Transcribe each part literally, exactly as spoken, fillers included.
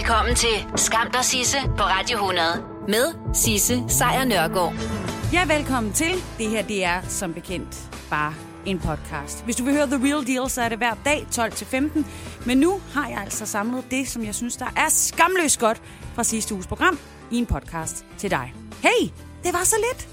Velkommen til Skam dig Sisse på Radio hundrede med Sisse Sejr Nørgaard. Ja, velkommen til. Det her, det er som bekendt bare en podcast. Hvis du vil høre The Real Deal, så er det hver dag tolv til femten. Men nu har jeg altså samlet det, som jeg synes, der er skamløst godt fra sidste uges program i en podcast til dig. Hey, det var så lidt.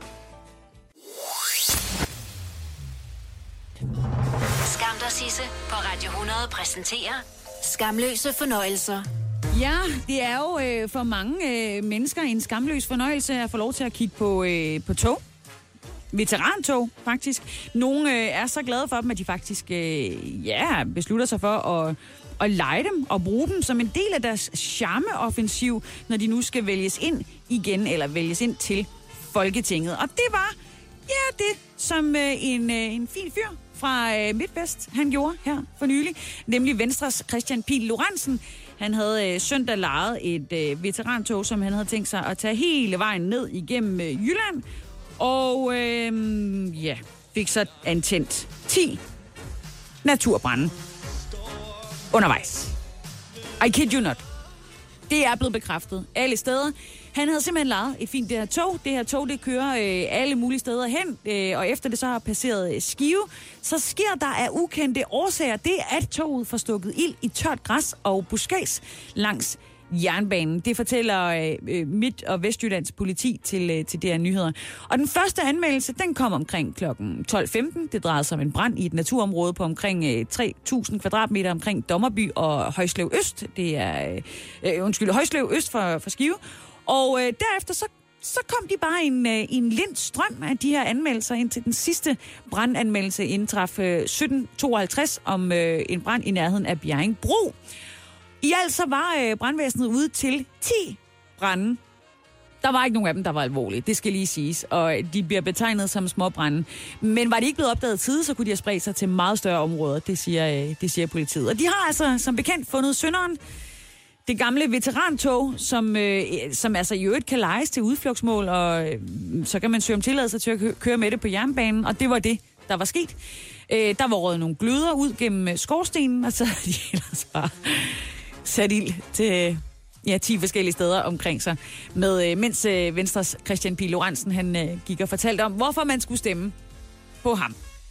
Skam dig Sisse på Radio hundrede præsenterer Skamløse fornøjelser. Ja, det er jo øh, for mange øh, mennesker en skamløs fornøjelse at få lov til at kigge på, øh, på tog. Veterantog, faktisk. Nogle øh, er så glade for dem, at de faktisk øh, ja, beslutter sig for at, at lege dem og bruge dem som en del af deres charmeoffensiv, når de nu skal vælges ind igen, eller vælges ind til Folketinget. Og det var, ja, det som øh, en, øh, en fin fyr fra øh, Midtvest, han gjorde her for nylig, nemlig Venstres Kristian Pihl Lorentzen. Han havde øh, søndag lejet et øh, veterantog, som han havde tænkt sig at tage hele vejen ned igennem øh, Jylland, og øh, ja, fik så antændt ti naturbrande undervejs. I kid you not. Det er blevet bekræftet alle steder. Han havde simpelthen lejet et fint det her tog. Det her tog, det kører øh, alle mulige steder hen, øh, og efter det så har passeret øh, Skive, så sker der af ukendte årsager det, at toget får stukket ild i tørt græs og buskads langs jernbanen. Det fortæller øh, Midt- og Vestjyllands politi til, øh, til D R Nyheder. Og den første anmeldelse, den kom omkring klokken tolv femten. Det drejede sig om en brand i et naturområde på omkring øh, tre tusind kvadratmeter omkring Dommerby og Højslev Øst. Det er, øh, undskyld, Højslev Øst for, for Skive. Og øh, derefter så, så kom de bare i en, øh, en lind strøm af de her anmeldelser, indtil den sidste brandanmeldelse indtraf øh, sytten tooghalvtreds om øh, en brand i nærheden af Bjerringbro. I alt så var øh, brandvæsenet ude til ti brande. Der var ikke nogen af dem, der var alvorlige, det skal lige siges, og de bliver betegnet som småbrande. Men var de ikke blevet opdaget tid, så kunne de have spredt sig til meget større områder, det siger, øh, det siger politiet. Og de har altså som bekendt fundet synderen. Det gamle veterantog, som, øh, som altså i øvrigt kan lejes til udflugtsmål, og øh, så kan man søge om tilladelse til at kø- køre med det på jernbanen, og det var det, der var sket. Øh, der var røget nogle gløder ud gennem skorstenen, og så havde de ellers bare sat ild til ja, ti forskellige steder omkring sig, med, øh, mens øh, Venstres Kristian Pihl Lorentzen, han øh, gik og fortalte om, hvorfor man skulle stemme på ham.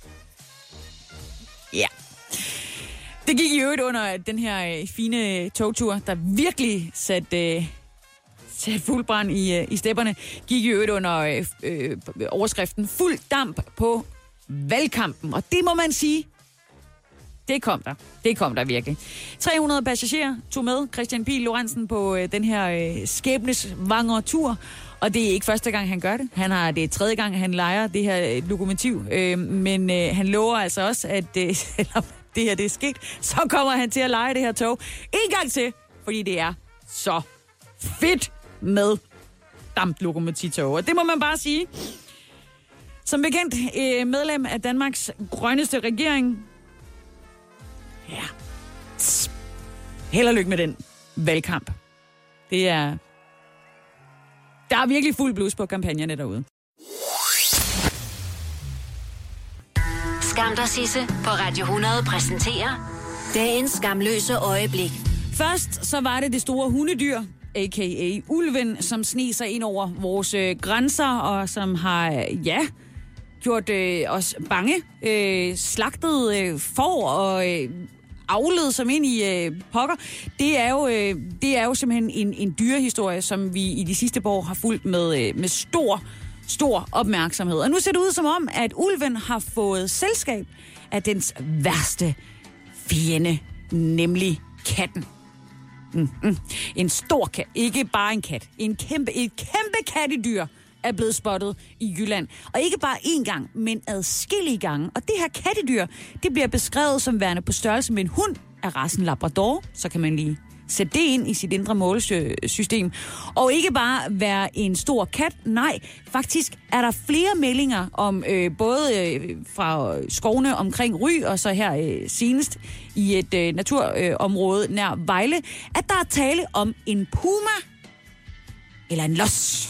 Ja. Det gik i øvrigt under den her øh, fine togtur, der virkelig satte øh, sat fuld brand i, øh, i stepperne, gik i øvrigt under øh, øh, overskriften fuld damp på valgkampen. Og det må man sige, det kom der. Det kom der virkelig. tre hundrede passagerer tog med Kristian Pihl Lorentzen på øh, den her øh, skæbnesvangre tur. Og det er ikke første gang, han gør det. Han har, det er tredje gang, han lejer det her øh, lokomotiv. Øh, men øh, han lover altså også, at øh, selvom det her det er sket, så kommer han til at lege det her tog en gang til, fordi det er så fedt med damplokomotivtog. Og det må man bare sige. Som bekendt øh, medlem af Danmarks grønneste regering. Ja. Held og lykke med den valgkamp. Det er... Der er virkelig fuld blus på kampagnerne derude. Skam dig Sisse på Radio hundrede præsenterer dagens skamløse øjeblik. Først så var det det store hundedyr, a k a ulven, som sneg sig ind over vores øh, grænser, og som har, ja, gjort øh, os bange, øh, slagtet øh, får og øh, avlet som ind i øh, pokker. Det er jo, øh, det er jo simpelthen en, en dyrehistorie, som vi i de sidste par år har fulgt med, øh, med stor, stor opmærksomhed. Og nu ser det ud som om, at ulven har fået selskab af dens værste fjende, nemlig katten. Mm-hmm. En stor kat, ikke bare en kat. En kæmpe, et kæmpe kattedyr er blevet spottet i Jylland. Og ikke bare én gang, men adskillige gange. Og det her kattedyr, det bliver beskrevet som værende på størrelse med en hund af racen Labrador. Så kan man lige sætte det ind i sit indre målesystem. Og ikke bare være en stor kat. Nej, faktisk er der flere meldinger om øh, både øh, fra skovene omkring Ry, og så her øh, senest i et øh, naturområde øh, nær Vejle, at der er tale om en puma eller en los.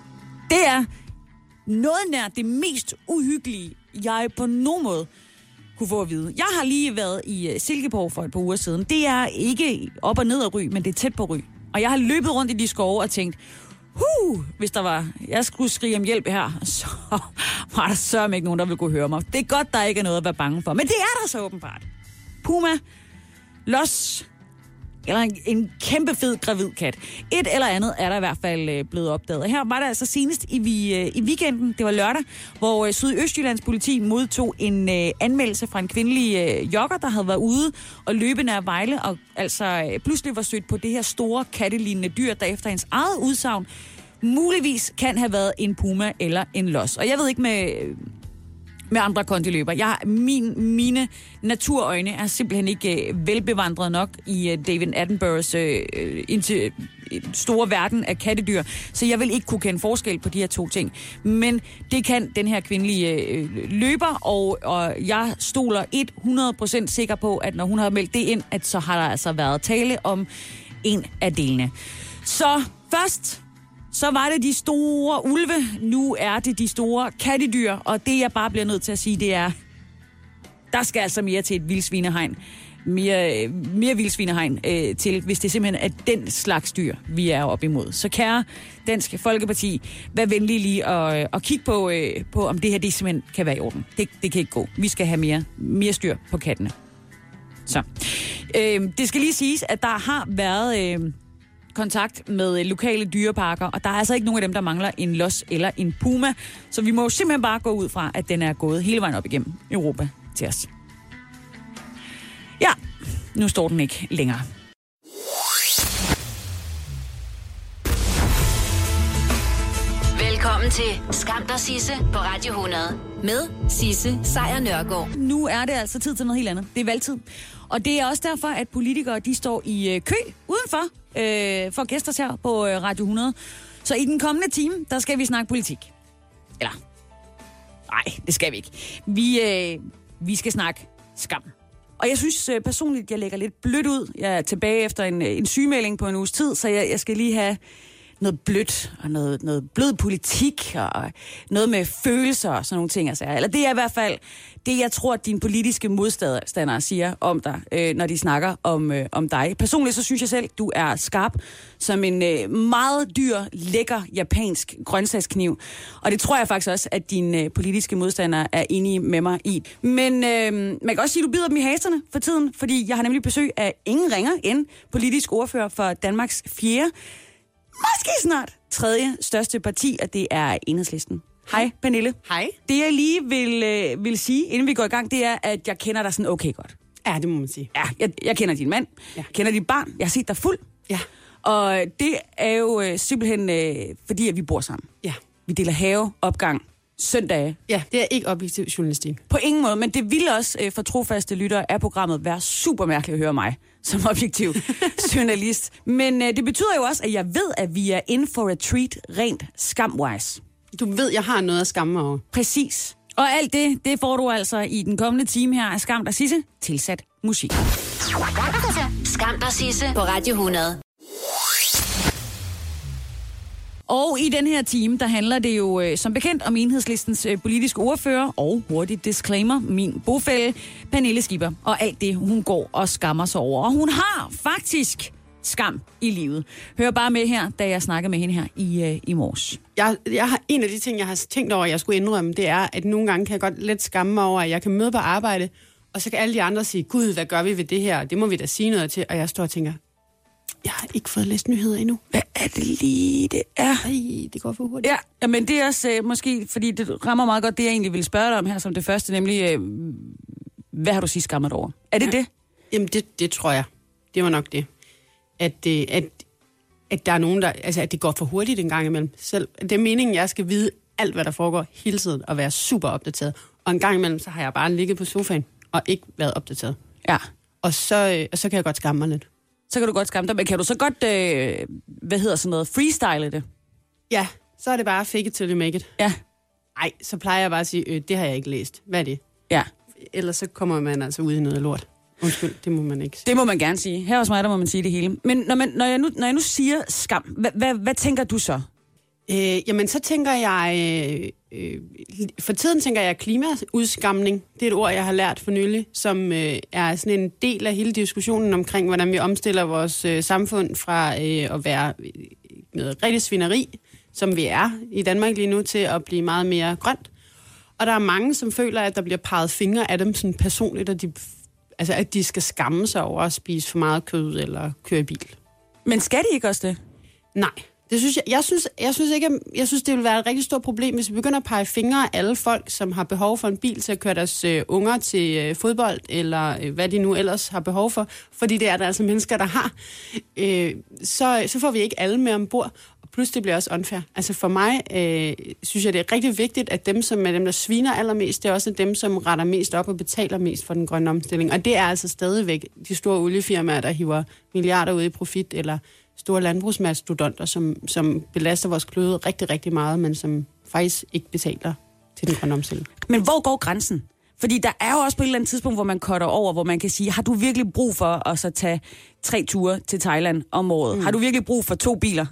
Det er noget nær det mest uhyggelige, jeg på nogen måde kunne få at vide. Jeg har lige været i Silkeborg for et par uger siden. Det er ikke op og ned ad Ry, men det er tæt på Ry. Og jeg har løbet rundt i de skove og tænkt, huh, hvis der var, jeg skulle skrige om hjælp her, så var der sørme ikke nogen, der ville kunne høre mig. Det er godt, der ikke er noget at være bange for. Men det er der så åbenbart. Puma, los, eller en, en kæmpe fed gravid kat. Et eller andet er der i hvert fald øh, blevet opdaget. Her var det altså senest i, vi, øh, i weekenden, det var lørdag, hvor øh, Sydøstjyllands politi modtog en øh, anmeldelse fra en kvindelig øh, jogger, der havde været ude og løbe nær Vejle, og altså øh, pludselig var stødt på det her store kattelignende dyr, der efter hendes eget udsagn muligvis kan have været en puma eller en los. Og jeg ved ikke med... Øh, med andre kondiløber. Jeg, min, mine naturøjne er simpelthen ikke øh, velbevandret nok i øh, David Attenboroughs øh, indtil, øh, store verden af kattedyr, så jeg vil ikke kunne kende forskel på de her to ting. Men det kan den her kvindelige øh, løber, og, og jeg stoler hundrede procent sikker på, at når hun har meldt det ind, at så har der altså været tale om en af delene. Så først... Så var det de store ulve, nu er det de store kattedyr, og det jeg bare bliver nødt til at sige, det er, der skal altså mere til et vildsvinehegn, mere, mere vildsvinehegn øh, til, hvis det simpelthen er den slags dyr, vi er op imod. Så kære Dansk Folkeparti, vær venlig lige at, at kigge på, øh, på, om det her det simpelthen kan være i orden. Det, det kan ikke gå. Vi skal have mere, mere styr på kattene. Så. Øh, det skal lige siges, at der har været... Øh, kontakt med lokale dyreparker, og der er altså ikke nogen af dem, der mangler en los eller en puma, så vi må jo simpelthen bare gå ud fra, at den er gået hele vejen op igennem Europa til os. Ja, nu står den ikke længere. Velkommen til Skam dig Sisse på Radio hundrede med Sisse Sejr Nørgaard. Nu er det altså tid til noget helt andet. Det er valgtid. Og det er også derfor, at politikere de står i øh, kø udenfor øh, for gæster her på øh, Radio hundrede. Så i den kommende time, der skal vi snakke politik. Eller, nej, det skal vi ikke. Vi, øh, vi skal snakke skam. Og jeg synes øh, personligt, jeg lægger lidt blødt ud. Jeg er tilbage efter en, en sygemelding på en uges tid, så jeg, jeg skal lige have noget blødt og noget, noget blød politik og noget med følelser og sådan nogle ting. Altså. Eller det er i hvert fald det, jeg tror, at dine politiske modstandere siger om dig, øh, når de snakker om, øh, om dig. Personligt så synes jeg selv, du er skarp som en øh, meget dyr, lækker japansk grøntsagskniv. Og det tror jeg faktisk også, at dine øh, politiske modstandere er enige med mig i. Men øh, man kan også sige, at du bider dem i haserne for tiden, fordi jeg har nemlig besøg af ingen ringer end politisk ordfører for Danmarks fjerde, måske snart tredje største parti, og det er Enhedslisten. Hej, Pernille. Hej. Det jeg lige vil, øh, vil sige, inden vi går i gang, det er, at jeg kender dig sådan okay godt. Ja, det må man sige. Ja, jeg, jeg kender din mand, ja. Jeg kender dit barn, jeg har set dig fuld. Ja. Og det er jo øh, simpelthen øh, fordi, at vi bor sammen. Ja. Vi deler have, opgang, søndage. Ja, det er ikke objektiv journalistik. På ingen måde, men det ville også øh, for trofaste lyttere af programmet være super mærkeligt at høre mig som objektiv journalist. Men øh, det betyder jo også, at jeg ved, at vi er in for a treat rent skamwise. Du ved, jeg har noget at skamme mig over. Præcis. Og alt det, det får du altså i den kommende time her af Skam dig Sisse, tilsat musik. Skam dig Sisse på Radio hundrede. Og i den her time, der handler det jo øh, som bekendt om Enhedslistens øh, politiske ordfører og hurtigt disclaimer, min bofælle, Pernille Skipper, og alt det, hun går og skammer sig over. Og hun har faktisk skam i livet. Hør bare med her, da jeg snakkede med hende her i, øh, i morges. Jeg, jeg har, en af de ting, jeg har tænkt over, at jeg skulle indrømme, det er, at nogle gange kan jeg godt lidt skamme mig over, at jeg kan møde på arbejde, og så kan alle de andre sige, gud, hvad gør vi ved det her? Det må vi da sige noget til. Og jeg står og tænker, jeg har ikke fået læst nyheder endnu. Hvad er det lige, det er? Ej, det går for hurtigt. Ja, men det er også øh, måske, fordi det rammer meget godt det, jeg egentlig ville spørge dig om her som det første, nemlig, øh, hvad har du sidst skammet over? Er det ja. det? Jamen, det, det tror jeg. Det var nok det. At, øh, at, at der er nogen, der, altså, at det går for hurtigt en gang imellem. Selv, det er meningen, jeg skal vide alt, hvad der foregår hele tiden, og være super opdateret. Og en gang imellem, så har jeg bare ligget på sofaen, og ikke været opdateret. Ja. Og så, øh, og så kan jeg godt skamme mig lidt. Så kan du godt skamme dig, men kan du så godt, øh, hvad hedder sådan noget, freestyle det? Ja, så er det bare fake it till you make it. Ja. Ej, så plejer jeg bare at sige, øh, det har jeg ikke læst. Hvad er det? Ja. Ellers så kommer man altså ud i noget lort. Undskyld, det må man ikke sige. Det må man gerne sige. Her hos mig, der må man sige det hele. Men når, man, når, jeg, nu, når jeg nu siger skam, hvad, hvad, hvad tænker du så? Øh, jamen, så tænker jeg... Øh, øh, for tiden tænker jeg klimaudskamning. Det er et ord, jeg har lært for nylig, som øh, er sådan en del af hele diskussionen omkring, hvordan vi omstiller vores øh, samfund fra øh, at være noget rigtig svineri, som vi er i Danmark lige nu, til at blive meget mere grønt. Og der er mange, som føler, at der bliver peget fingre af dem sådan personligt, og de, altså, at de skal skamme sig over at spise for meget kød eller køre i bil. Men skal de ikke også det? Nej. Det synes jeg, jeg, synes, jeg, synes ikke, jeg synes, det vil være et rigtig stort problem, hvis vi begynder at pege fingre af alle folk, som har behov for en bil til at køre deres øh, unger til øh, fodbold, eller øh, hvad de nu ellers har behov for, fordi det er der altså mennesker, der har. Øh, så, så får vi ikke alle med ombord, og plus det bliver også unfair. Altså for mig øh, synes jeg, det er rigtig vigtigt, at dem, som er dem, der sviner allermest, det er også dem, som retter mest op og betaler mest for den grønne omstilling. Og det er altså stadigvæk de store oliefirmaer, der hiver milliarder ud i profit, eller store landbrugsmastodonter, som, som belaster vores klode rigtig, rigtig meget, men som faktisk ikke betaler til den grønne omstilling. Men hvor går grænsen? Fordi der er jo også på et eller andet tidspunkt, hvor man cutter over, hvor man kan sige, har du virkelig brug for at så tage tre ture til Thailand om året? Mm. Har du virkelig brug for to biler?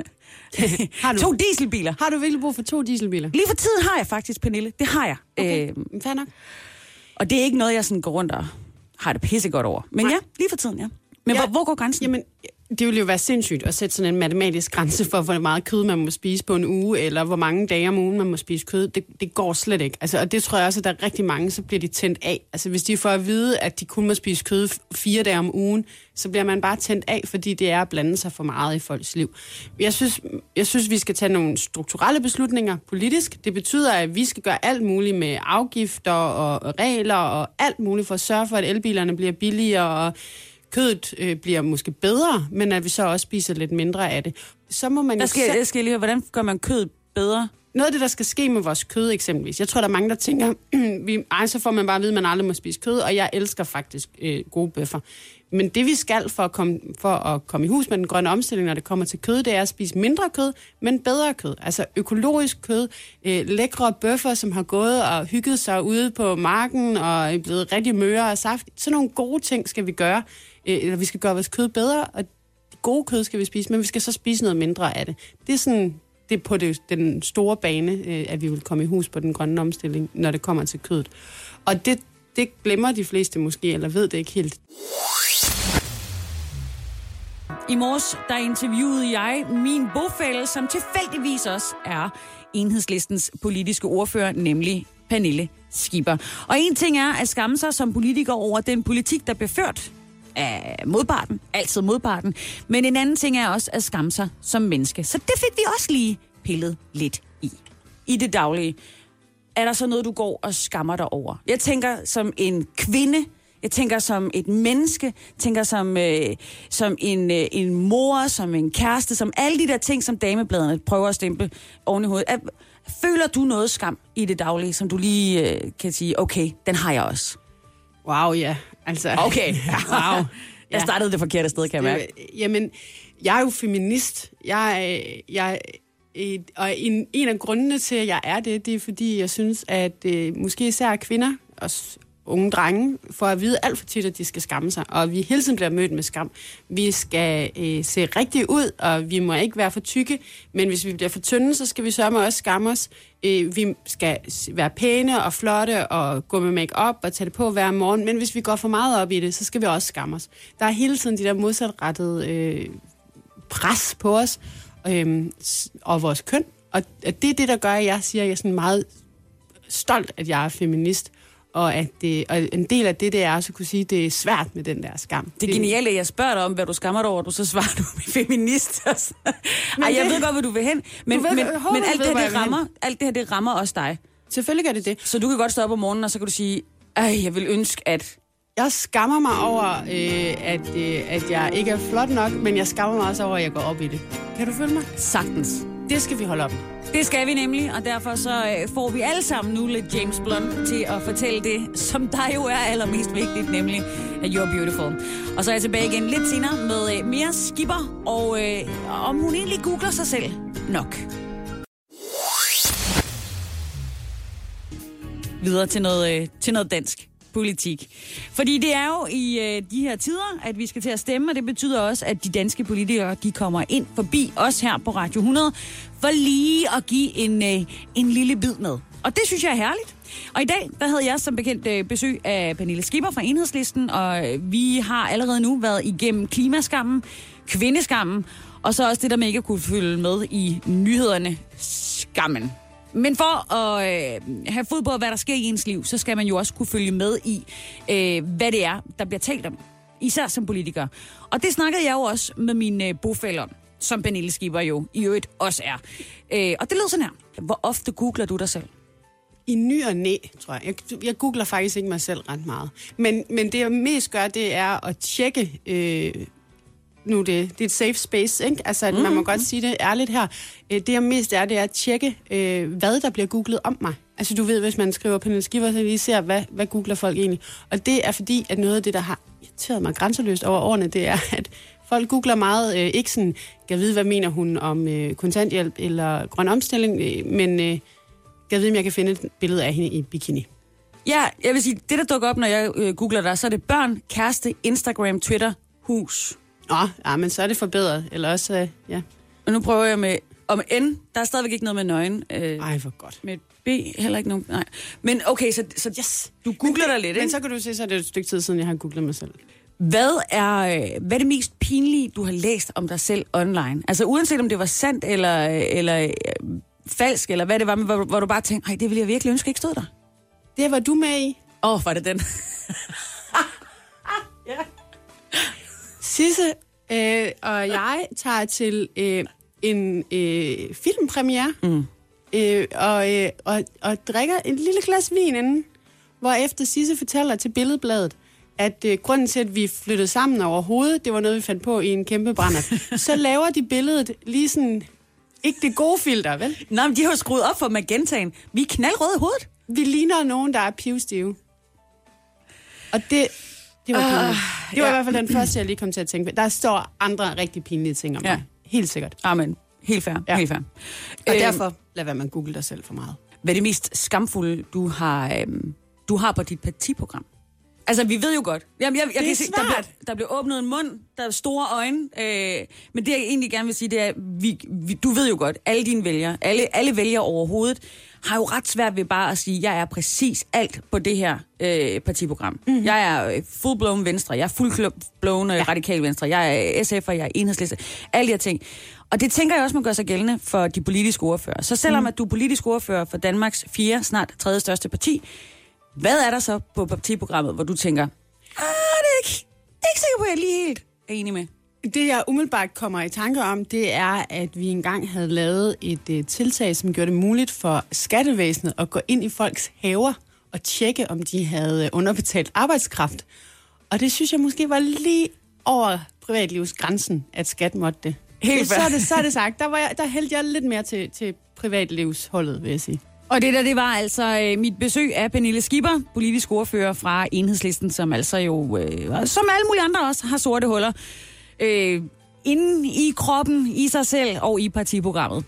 har du, to dieselbiler? Har du virkelig brug for to dieselbiler? Lige for tiden har jeg faktisk, Pernille. Det har jeg. Okay, øh, fair nok. Og det er ikke noget, jeg sådan går rundt og har det pissegodt over. Men Nej. ja, lige for tiden, ja. Men ja, hvor, hvor går grænsen? Jamen, det ville jo være sindssygt at sætte sådan en matematisk grænse for, hvor meget kød man må spise på en uge, eller hvor mange dage om ugen man må spise kød. Det, det går slet ikke. Altså, og det tror jeg også, at der er rigtig mange, så bliver de tændt af. Altså, hvis de får at vide, at de kun må spise kød fire dage om ugen, så bliver man bare tændt af, fordi det er at blande sig for meget i folks liv. Jeg synes, jeg synes vi skal tage nogle strukturelle beslutninger politisk. Det betyder, at vi skal gøre alt muligt med afgifter og regler og alt muligt for at sørge for, at elbilerne bliver billigere og kødet øh, bliver måske bedre, men at vi så også spiser lidt mindre af det. Så må man der skal, jo... Jeg skal lige høre, hvordan gør man kødet bedre? Noget af det, der skal ske med vores kød eksempelvis. Jeg tror, der er mange, der tænker, vi, ej, så får man bare at vide, at man aldrig må spise kød, og jeg elsker faktisk øh, gode bøffer. Men det, vi skal for at, komme, for at komme i hus med den grønne omstilling, når det kommer til kød, det er at spise mindre kød, men bedre kød. Altså økologisk kød, øh, lækre bøffer, som har gået og hygget sig ude på marken og er blevet rigtig møre og saft. Sådan nogle gode ting skal vi gøre. Eller vi skal gøre vores kød bedre, og gode kød skal vi spise, men vi skal så spise noget mindre af det. Det er sådan, det er på det, den store bane, at vi vil komme i hus på den grønne omstilling, når det kommer til kødet. Og det, det glemmer de fleste måske, eller ved det ikke helt. I morges, der interviewede jeg min bofælle, som tilfældigvis også er Enhedslistens politiske ordfører, nemlig Pernille Skipper. Og en ting er at skamme sig som politiker over den politik, der bliver ført af modparten, altid modparten, men en anden ting er også at skamme sig som menneske. Så det fik vi også lige pillet lidt i. I det daglige. Er der så noget, du går og skammer dig over? Jeg tænker som en kvinde, jeg tænker som et menneske, tænker som, øh, som en, øh, en mor, som en kæreste, som alle de der ting, som damebladene prøver at stemple oven i hovedet. Er, føler du noget skam i det daglige, som du lige øh, kan sige, okay, den har jeg også? Wow, ja. Altså, okay, wow. Jeg startede det forkerte sted, kan jeg mærke. Jamen, jeg er jo feminist. Jeg, jeg, og en, en af grundene til, at jeg er det, det er, fordi jeg synes, at øh, måske især kvinder, også unge drenge, får at vide alt for tit, at de skal skamme sig. Og vi hele tiden bliver mødt med skam. Vi skal øh, se rigtigt ud, og vi må ikke være for tykke. Men hvis vi bliver for tynde, så skal vi sørge med også skamme os. Øh, vi skal være pæne og flotte og gå med make-up og tage det på hver morgen. Men hvis vi går for meget op i det, så skal vi også skamme os. Der er hele tiden de der modsatrettede øh, pres på os øh, og vores køn. Og det er det, der gør, at jeg siger, at jeg er sådan meget stolt, at jeg er feminist. Og, at det, og en del af det, det er også at kunne sige, at det er svært med den der skam. Det er genialt, at jeg spørger dig om, hvad du skammer dig over, du så svarer du med feminist. Ej, jeg det, ved godt, hvor du vil hen, men, ved, men, håber, men alt, ved, det her, det rammer, alt det her, det rammer også dig. Selvfølgelig gør det det. Så du kan godt stå op om morgenen, og så kan du sige, ej, jeg vil ønske, at... Jeg skammer mig over, øh, at, øh, at jeg ikke er flot nok, men jeg skammer mig også over, at jeg går op i det. Kan du følge mig? Sagtens. Det skal vi holde op. Det skal vi nemlig, og derfor så øh, får vi alle sammen nu lidt James Blunt til at fortælle det, som der jo er allermest vigtigt, nemlig at you're beautiful. Og så er jeg tilbage igen lidt senere med øh, mere Skipper, og øh, om hun egentlig googler sig selv nok. Videre til noget, øh, til noget dansk. politik. Fordi det er jo i øh, de her tider, at vi skal til at stemme, og det betyder også, at de danske politikere, de kommer ind forbi os her på Radio hundrede, for lige at give en, øh, en lille bid med. Og det synes jeg er herligt. Og i dag, der havde jeg som bekendt øh, besøg af Pernille Skipper fra Enhedslisten, og øh, vi har allerede nu været igennem klimaskammen, kvindeskammen, og så også det der med ikke at kunne følge med i nyhederne skammen. Men for at øh, have fod på, hvad der sker i ens liv, så skal man jo også kunne følge med i, øh, hvad det er, der bliver talt om. Især som politiker. Og det snakkede jeg jo også med mine øh, bofæller om, som Pernille Skipper jo i øvrigt også er. Øh, og det lød sådan her. Hvor ofte googler du dig selv? I ny og næ, tror jeg. jeg. Jeg googler faktisk ikke mig selv ret meget. Men, men det, jeg mest gør, det er at tjekke... Øh, nu det, det er et safe space, ikke? Altså, mm-hmm. man må godt sige det ærligt her. Det, jeg mest er, det er at tjekke, øh, hvad der bliver googlet om mig. Altså, du ved, hvis man skriver Pernille Skipper, så lige ser, hvad, hvad googler folk egentlig. Og det er fordi, at noget af det, der har irriteret mig grænseløst over årene, det er, at folk googler meget, øh, ikke sådan, kan vide, hvad mener hun om øh, kontanthjælp eller grøn omstilling, øh, men øh, kan vide, om jeg kan finde et billede af hende i bikini. Ja, jeg vil sige, det der dukker op, når jeg øh, googler dig, så er det børn, kæreste, Instagram, Twitter, hus. Nå, ja, men så er det forbedret. Eller også, øh, ja. Og nu prøver jeg med, om N, der er stadigvæk ikke noget med nøgen. Øh, Ej, hvor godt. Med B, heller ikke nogen, nej. Men okay, så, så yes, du googler dig lidt, ikke? Men så kan du se, så er det et stykke tid siden, jeg har googlet mig selv. Hvad er, hvad er det mest pinlige, du har læst om dig selv online? Altså uanset om det var sandt, eller, eller øh, falsk, eller hvad det var, hvor, hvor du bare tænkte, ej, det ville jeg virkelig ønske ikke stod der. Det var du med i. Åh, oh, var det den? Ja. Sisse øh, og jeg tager til øh, en øh, filmpremiere mm. øh, og, øh, og, og drikker en lille glas vin inden, hvorefter Sisse fortæller til Billedbladet, at øh, grunden til, at vi flyttede sammen overhovedet, det var noget, vi fandt på i en kæmpe brændert. Så laver de billedet lige sådan, ikke det gode filter, vel? Nej, men de har jo skruet op for magentaen. Vi er knaldrøde i hovedet. Vi ligner nogen, der er pivstive. Og det... Det var, uh, det var ja. i hvert fald den første, jeg lige kom til at tænke på. Der står andre rigtig pinlige ting om ja. mig. Helt sikkert. Amen. Helt fair. Ja. Helt fair. Og øhm, derfor lad være med at google dig selv for meget. Hvad er det mest skamfulde, du har, øhm, du har på dit partiprogram? Altså, vi ved jo godt. Jamen, jeg, jeg det kan er se, der, blev, der blev åbnet en mund, der er store øjne. Øh, men det, jeg egentlig gerne vil sige, det er, vi, vi, du ved jo godt, alle dine vælgere, alle, alle vælgere overhovedet, har jo ret svært ved bare at sige, jeg er præcis alt på det her øh, partiprogram. Mm-hmm. Jeg er full-blown venstre, jeg er full-blown øh, radikal venstre, jeg er S F'er, jeg er enhedsliste, alle de her ting. Og det tænker jeg også, man gør sig gældende for de politiske ordfører. Så selvom mm. at du er politisk ordfører for Danmarks fjerde, snart tredje største parti, hvad er der så på partiprogrammet, hvor du tænker, ah, det er ikke, det er ikke sikker på, at jeg lige helt er enig med? Det, jeg umiddelbart kommer i tanke om, det er, at vi engang havde lavet et uh, tiltag, som gjorde det muligt for skattevæsenet at gå ind i folks haver og tjekke, om de havde underbetalt arbejdskraft. Og det synes jeg måske var lige over privatlivsgrænsen, at skat måtte det. Helt så, er det så er det sagt. Der, var jeg, der hældte jeg lidt mere til, til privatlivsholdet, vil jeg sige. Og det der, det var altså øh, mit besøg af Pernille Skipper, politisk ordfører fra Enhedslisten, som altså jo, øh, som alle mulige andre også, har sorte huller. Øh, inden i kroppen, i sig selv og i partiprogrammet.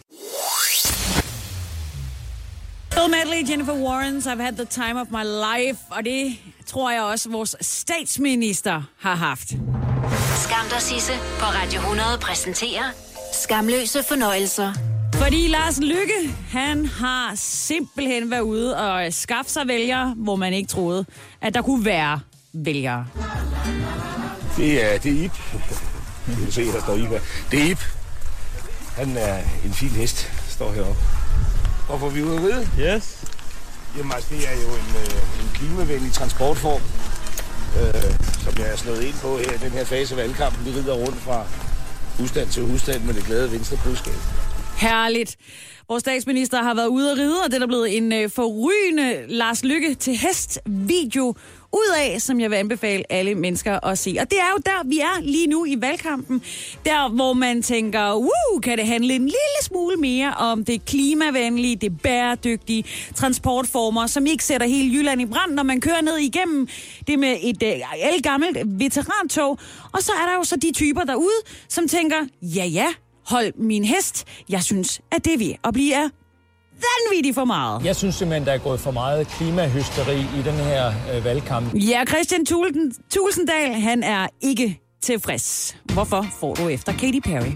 Bill Medley, Jennifer Warrens, I've had the time of my life, og det tror jeg også vores statsminister har haft. Skam dig, Sisse på Radio hundrede præsenterer Skamløse fornøjelser. Fordi Lars Løkke, han har simpelthen været ude og skaffe sig vælgere, hvor man ikke troede, at der kunne være vælgere. Det er, det er Ip. Du kan se, der står Ip. Det er Ip. Han er en fin hest, står heroppe. Hvorfor er vi ude at ride? Yes. Jamen altså, det er jo en, en klimavenlig transportform, øh, som jeg er slået ind på her i den her fase af valgkampen. Vi rider rundt fra husstand til husstand med det glade venstre budskab. Herligt. Vores statsminister har været ude at ride, og det er der blevet en øh, forrygende Lars Løkke til hest video ud af, som jeg vil anbefale alle mennesker at se. Og det er jo der, vi er lige nu i valgkampen. Der, hvor man tænker, uh, kan det handle en lille smule mere om det klimavenlige, det bæredygtige transportformer, som ikke sætter hele Jylland i brand, når man kører ned igennem det med et øh, elgammelt veterantog. Og så er der jo så de typer derude, som tænker, ja ja, hold min hest. Jeg synes, at det er ved at blive er vanvittigt for meget. Jeg synes simpelthen, der er gået for meget klimahysteri i den her øh, valgkamp. Ja, Kristian Thulesen-Dahl, han er ikke tilfreds. Hvorfor får du efter Katy Perry?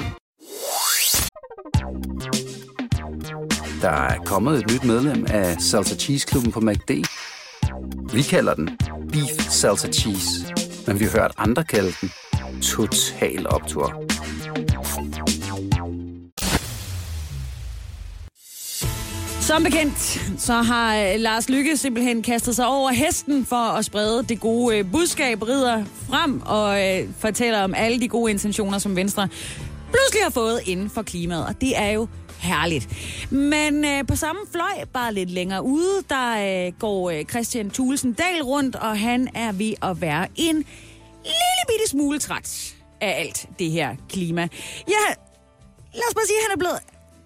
Der er kommet et nyt medlem af Salsa Cheese Klubben på McD. Vi kalder den Beef Salsa Cheese, men vi har hørt andre kalde den Total Optur. Som bekendt, så har Lars Løkke simpelthen kastet sig over hesten for at sprede det gode budskab, rider frem og øh, fortæller om alle de gode intentioner, som Venstre pludselig har fået inden for klimaet. Og det er jo herligt. Men øh, på samme fløj, bare lidt længere ude, der øh, går øh, Kristian Thulesen-Dahl rundt, og han er ved at være en lille bitte smule træt af alt det her klima. Ja, lad os bare sige, at han er blevet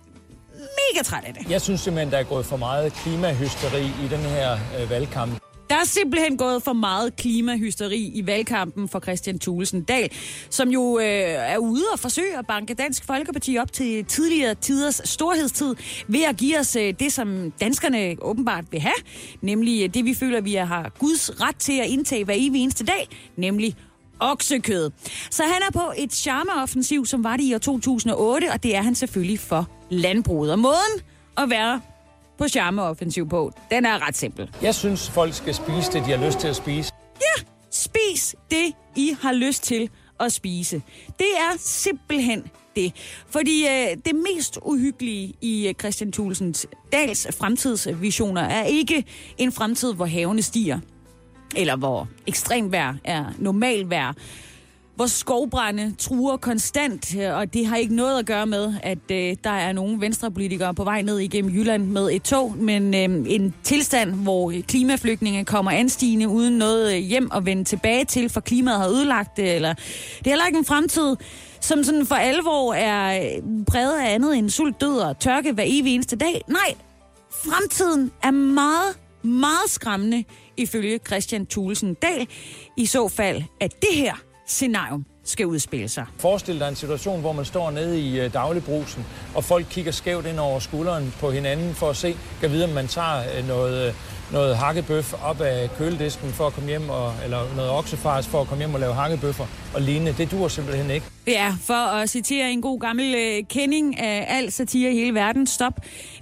mega træt af det. Jeg synes simpelthen, der er gået for meget klimahysteri i den her øh, valgkamp. Der er simpelthen gået for meget klimahysteri i valgkampen for Kristian Thulesen-Dahl, som jo øh, er ude og forsøge at banke Dansk Folkeparti op til tidligere tiders storhedstid ved at give os øh, det, som danskerne åbenbart vil have, nemlig det, vi føler, vi har Guds ret til at indtage hver evig eneste dag, nemlig oksekød. Så han er på et charmeoffensiv, som var det i år to tusind og otte, og det er han selvfølgelig for landbruget. Og måden at være på charmeoffensiv på, den er ret simpel. Jeg synes, folk skal spise det, de har lyst til at spise. Ja, spis det, I har lyst til at spise. Det er simpelthen det. Fordi øh, det mest uhyggelige i øh, Kristian Thulesen-Dahls fremtidsvisioner er ikke en fremtid, hvor havene stiger, eller hvor ekstremvejr er normalvejr, hvor skovbrænde truer konstant, og det har ikke noget at gøre med, at øh, der er nogle venstrepolitikere på vej ned igennem Jylland med et tog, men øh, en tilstand, hvor klimaflygtninge kommer anstigende uden noget hjem at vende tilbage til, for klimaet har ødelagt det, eller det er heller ikke en fremtid, som sådan for alvor er præget af andet end sult, død og tørke hver evig eneste dag. Nej, fremtiden er meget, meget skræmmende ifølge Kristian Thulesen-Dahl, i så fald, at det her scenario skal udspille sig. Forestil dig en situation, hvor man står nede i uh, dagligbrusen, og folk kigger skævt ind over skulderen på hinanden for at se, kan vide, om man tager uh, noget, uh, noget hakkebøf op af køledisken for at komme hjem, og, eller noget oksefars for at komme hjem og lave hakkebøffer og lignende. Det duer simpelthen ikke. Ja, for at citere en god gammel uh, kending af al satire i hele verden. Stop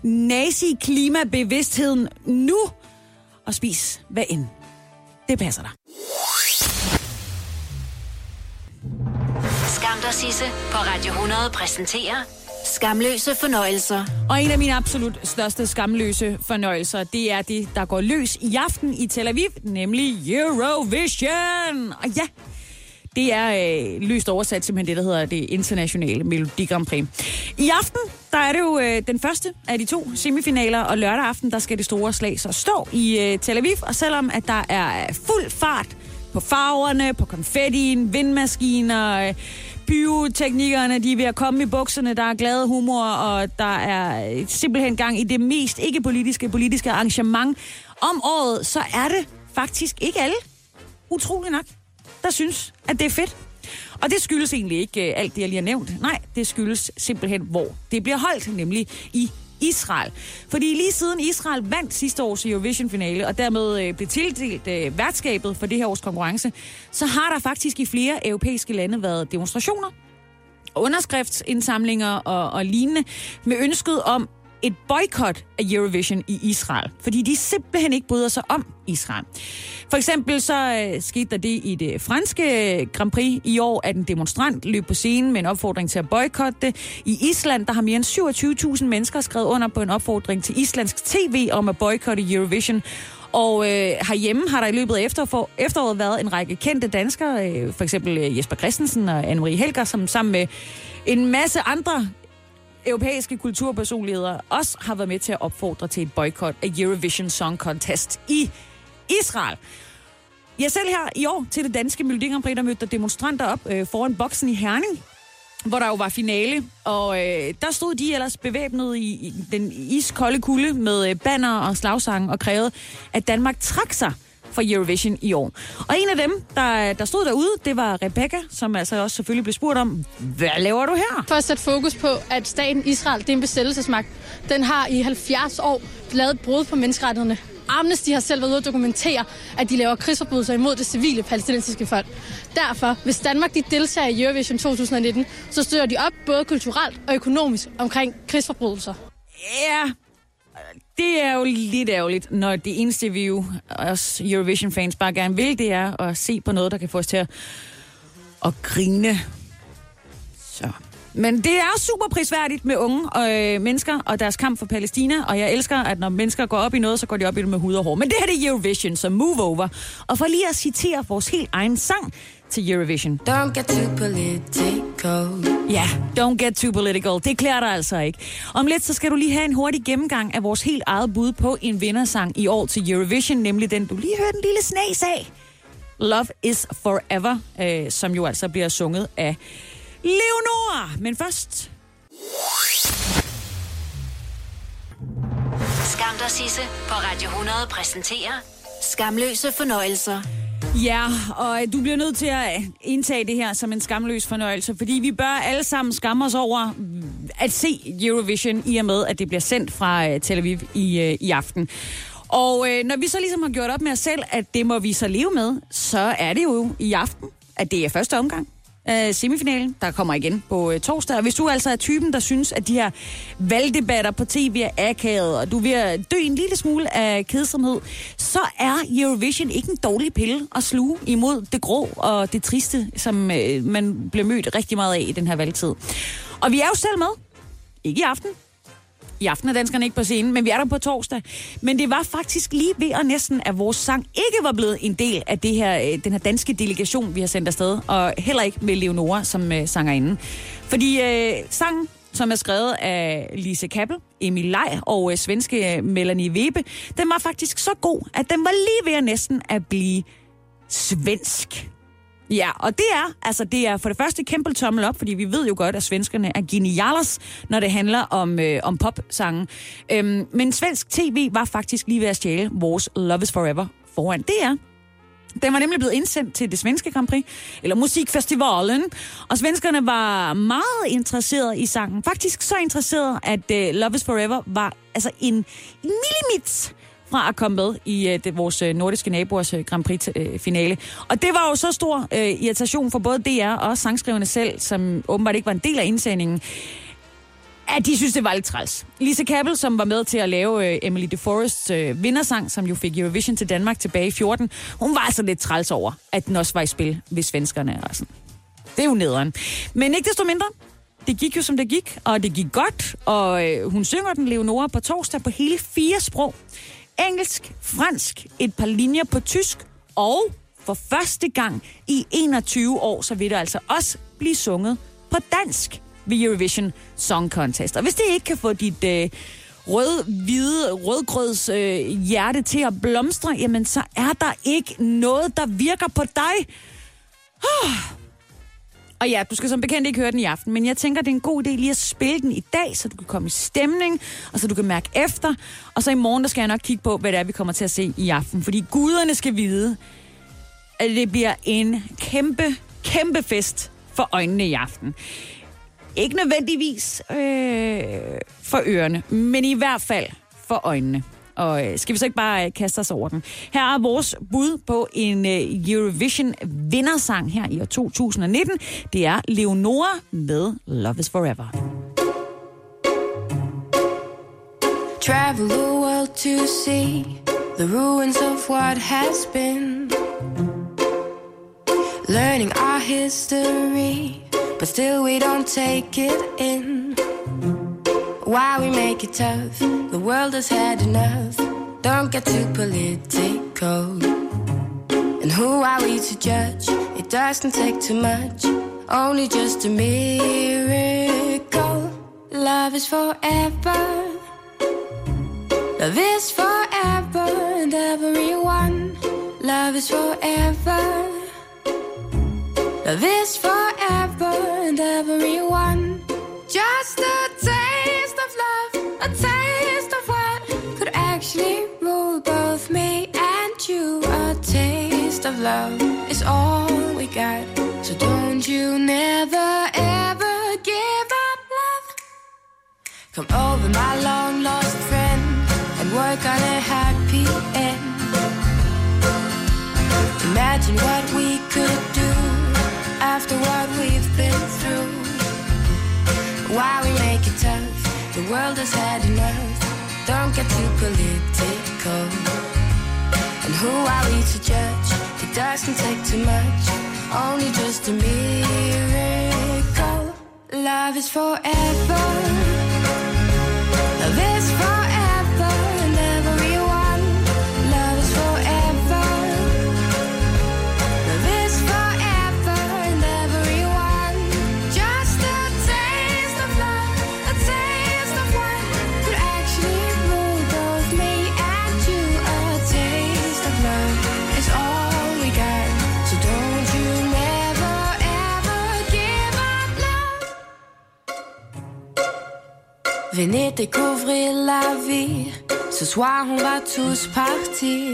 nazi-klimabevidstheden nu, og spis hvad end det passer dig. Skam dig, Sisse på Radio hundrede præsenterer Skamløse fornøjelser. Og en af mine absolut største skamløse fornøjelser, det er det, der går løs i aften i Tel Aviv, nemlig Eurovision. Og ja, det er øh, løst oversat simpelthen det, der hedder det internationale Melodi Grand Prix. I aften, der er det jo øh, den første af de to semifinaler, og lørdag aften, der skal det store slag så stå i øh, Tel Aviv. Og selvom at der er fuld fart på farverne, på konfettien, vindmaskiner, pyroteknikerne, de er ved at komme i bukserne, der er glade humor, og der er simpelthen gang i det mest ikke-politiske politiske arrangement om året, så er det faktisk ikke alle, utrolig nok, der synes, at det er fedt. Og det skyldes egentlig ikke alt det, jeg lige har nævnt. Nej, det skyldes simpelthen, hvor det bliver holdt, nemlig i Israel. Fordi lige siden Israel vandt sidste års Eurovision-finale, og dermed øh, blev tildelt øh, værtskabet for det her års konkurrence, så har der faktisk i flere europæiske lande været demonstrationer, underskriftsindsamlinger og, og lignende, med ønsket om et boykot af Eurovision i Israel, fordi de simpelthen ikke bryder sig om Israel. For eksempel så øh, skete der det i det franske Grand Prix i år, at en demonstrant løb på scenen med en opfordring til at boykotte det. I Island, der har mere end syvogtyve tusind mennesker skrevet under på en opfordring til islandsk tv om at boykotte Eurovision. Og øh, herhjemme har der i løbet af efterfor, efteråret været en række kendte danskere, øh, for eksempel Jesper Christensen og Anne-Marie Helger, som sammen med en masse andre europæiske kulturpersonligheder også har været med til at opfordre til et boykot af Eurovision Song Contest i Israel. Jeg selv her i år til det danske Melodi Grand Prix, der mødte demonstranter op øh, foran boksen i Herning, hvor der jo var finale, og øh, der stod de ellers bevæbnet i, i den iskolde kulde med øh, banner og slagsange og krævede, at Danmark trak sig for Eurovision i år. Og en af dem, der, der stod derude, det var Rebecca, som altså også selvfølgelig blev spurgt om, hvad laver du her? For at sætte fokus på, at staten Israel, det er en besættelsesmagt. Den har i halvfjerds år lavet brud på menneskerettighederne. Amnesty har selv været ude at dokumentere, at de laver krigsforbrydelser imod det civile palæstinensiske folk. Derfor, hvis Danmark de deltager i Eurovision to tusind nitten, så støtter de op både kulturelt og økonomisk omkring krigsforbrydelser. Ja, det er jo lidt ærgerligt, når det eneste vi jo, os Eurovision-fans bare gerne vil, det er at se på noget, der kan få os til at, at grine. Så. Men det er super prisværdigt med unge og, øh, mennesker og deres kamp for Palæstina, og jeg elsker, at når mennesker går op i noget, så går de op i det med hud og hår. Men det her det er Eurovision, så move over. Og for lige at citere vores helt egen sang til Eurovision. Don't get too political. Ja, don't get too political. Det klæder dig altså ikke. Om lidt, så skal du lige have en hurtig gennemgang af vores helt eget bud på en vindersang i år til Eurovision, nemlig den, du lige hørte en lille snas af. Love is Forever, øh, som jo altså bliver sunget af Leonora. Men først... Skam dig, Sisse på Radio hundrede præsenterer Skamløse fornøjelser. Ja, og du bliver nødt til at indtage det her som en skamløs fornøjelse, fordi vi bør alle sammen skamme os over at se Eurovision, i og med, at det bliver sendt fra Tel Aviv i, i aften. Og øh, når vi så ligesom har gjort op med os selv, at det må vi så leve med, så er det jo i aften, at det er første omgang. Uh, semifinalen, der kommer igen på uh, torsdag. Og hvis du altså er typen, der synes, at de her valgdebatter på tv er akavet, og du vil dø en lille smule af kedsomhed, så er Eurovision ikke en dårlig pille at sluge imod det grå og det triste, som uh, man bliver mødt rigtig meget af i den her valgtid. Og vi er jo selv med. Ikke i aften. I aften er danskerne ikke på scenen, men vi er der på torsdag. Men det var faktisk lige ved at næsten, at vores sang ikke var blevet en del af det her, den her danske delegation, vi har sendt afsted. Og heller ikke med Leonora som uh, sangerinde. Fordi uh, sangen, som er skrevet af Lise Kappel, Emil Lej og uh, svenske uh, Melanie Webe, den var faktisk så god, at den var lige ved at næsten at blive svensk. Ja, og det er, altså det er for det første kæmpe tommel op, fordi vi ved jo godt, at svenskerne er genialers, når det handler om, øh, om popsangen. Øhm, men svensk tv var faktisk lige ved at stjæle vores Love is Forever foran D R. Den var nemlig blevet indsendt til det svenske Grand Prix, eller Musikfestivalen, og svenskerne var meget interesserede i sangen. Faktisk så interesseret, at øh, Love is Forever var altså en, en millimeter fra at komme med i uh, det, vores uh, nordiske naboers uh, Grand Prix-finale. Uh, og det var jo så stor uh, irritation for både D R og sangskriverne selv, som åbenbart ikke var en del af indsendingen, at de synes, det var lidt træls. Lise Kappel, som var med til at lave uh, Emily DeForests uh, vindersang, som jo fik Eurovision til Danmark tilbage i fjorten, hun var altså lidt træls over, at den også var i spil ved svenskerne. Og sådan. Det er jo nederen. Men ikke desto mindre, det gik jo som det gik, og det gik godt, og uh, hun synger den Leonora på torsdag på hele fire sprog. Engelsk, fransk, et par linjer på tysk, og for første gang i enogtyve år, så vil det altså også blive sunget på dansk ved Eurovision Song Contest. Og hvis det ikke kan få dit øh, rød-hvide, rødgrøds øh, hjerte til at blomstre, jamen så er der ikke noget, der virker på dig. Oh. Og ja, du skal som bekendt ikke høre den i aften, men jeg tænker, det er en god idé lige at spille den i dag, så du kan komme i stemning, og så du kan mærke efter. Og så i morgen, der skal jeg nok kigge på, hvad det er, vi kommer til at se i aften. Fordi guderne skal vide, at det bliver en kæmpe, kæmpe fest for øjnene i aften. Ikke nødvendigvis øh, for ørerne, men i hvert fald for øjnene. Og øh, skal vi så ikke bare øh, kaste os over den? Her er vores bud på en øh, Eurovision-vindersang her i år to tusind nitten. Det er Leonora med Love is Forever. Travel the world to see the ruins of what has been. Learning our history, but still we don't take it in. Why we make it tough? The world has had enough. Don't get too political. And who are we to judge? It doesn't take too much. Only just a miracle. Love is forever. Love is forever and everyone. Love is forever. Love is forever and everyone. Just a taste of love, a taste of what could actually rule both me and you. A with my long lost friend and work on a happy end. Imagine what we could do after what we've been through. Why we make it tough, the world has had enough. Don't get too political. And who are we to judge? It doesn't take too much, only just a miracle. Love is forever. Love is forever and everyone. Love is forever. Love is forever and everyone. Just a taste of love, a taste of what could actually rule both me and you. A taste of love is all we got, so don't you never ever give up love. Venez découvrir la vie. Ce soir on va tous partir.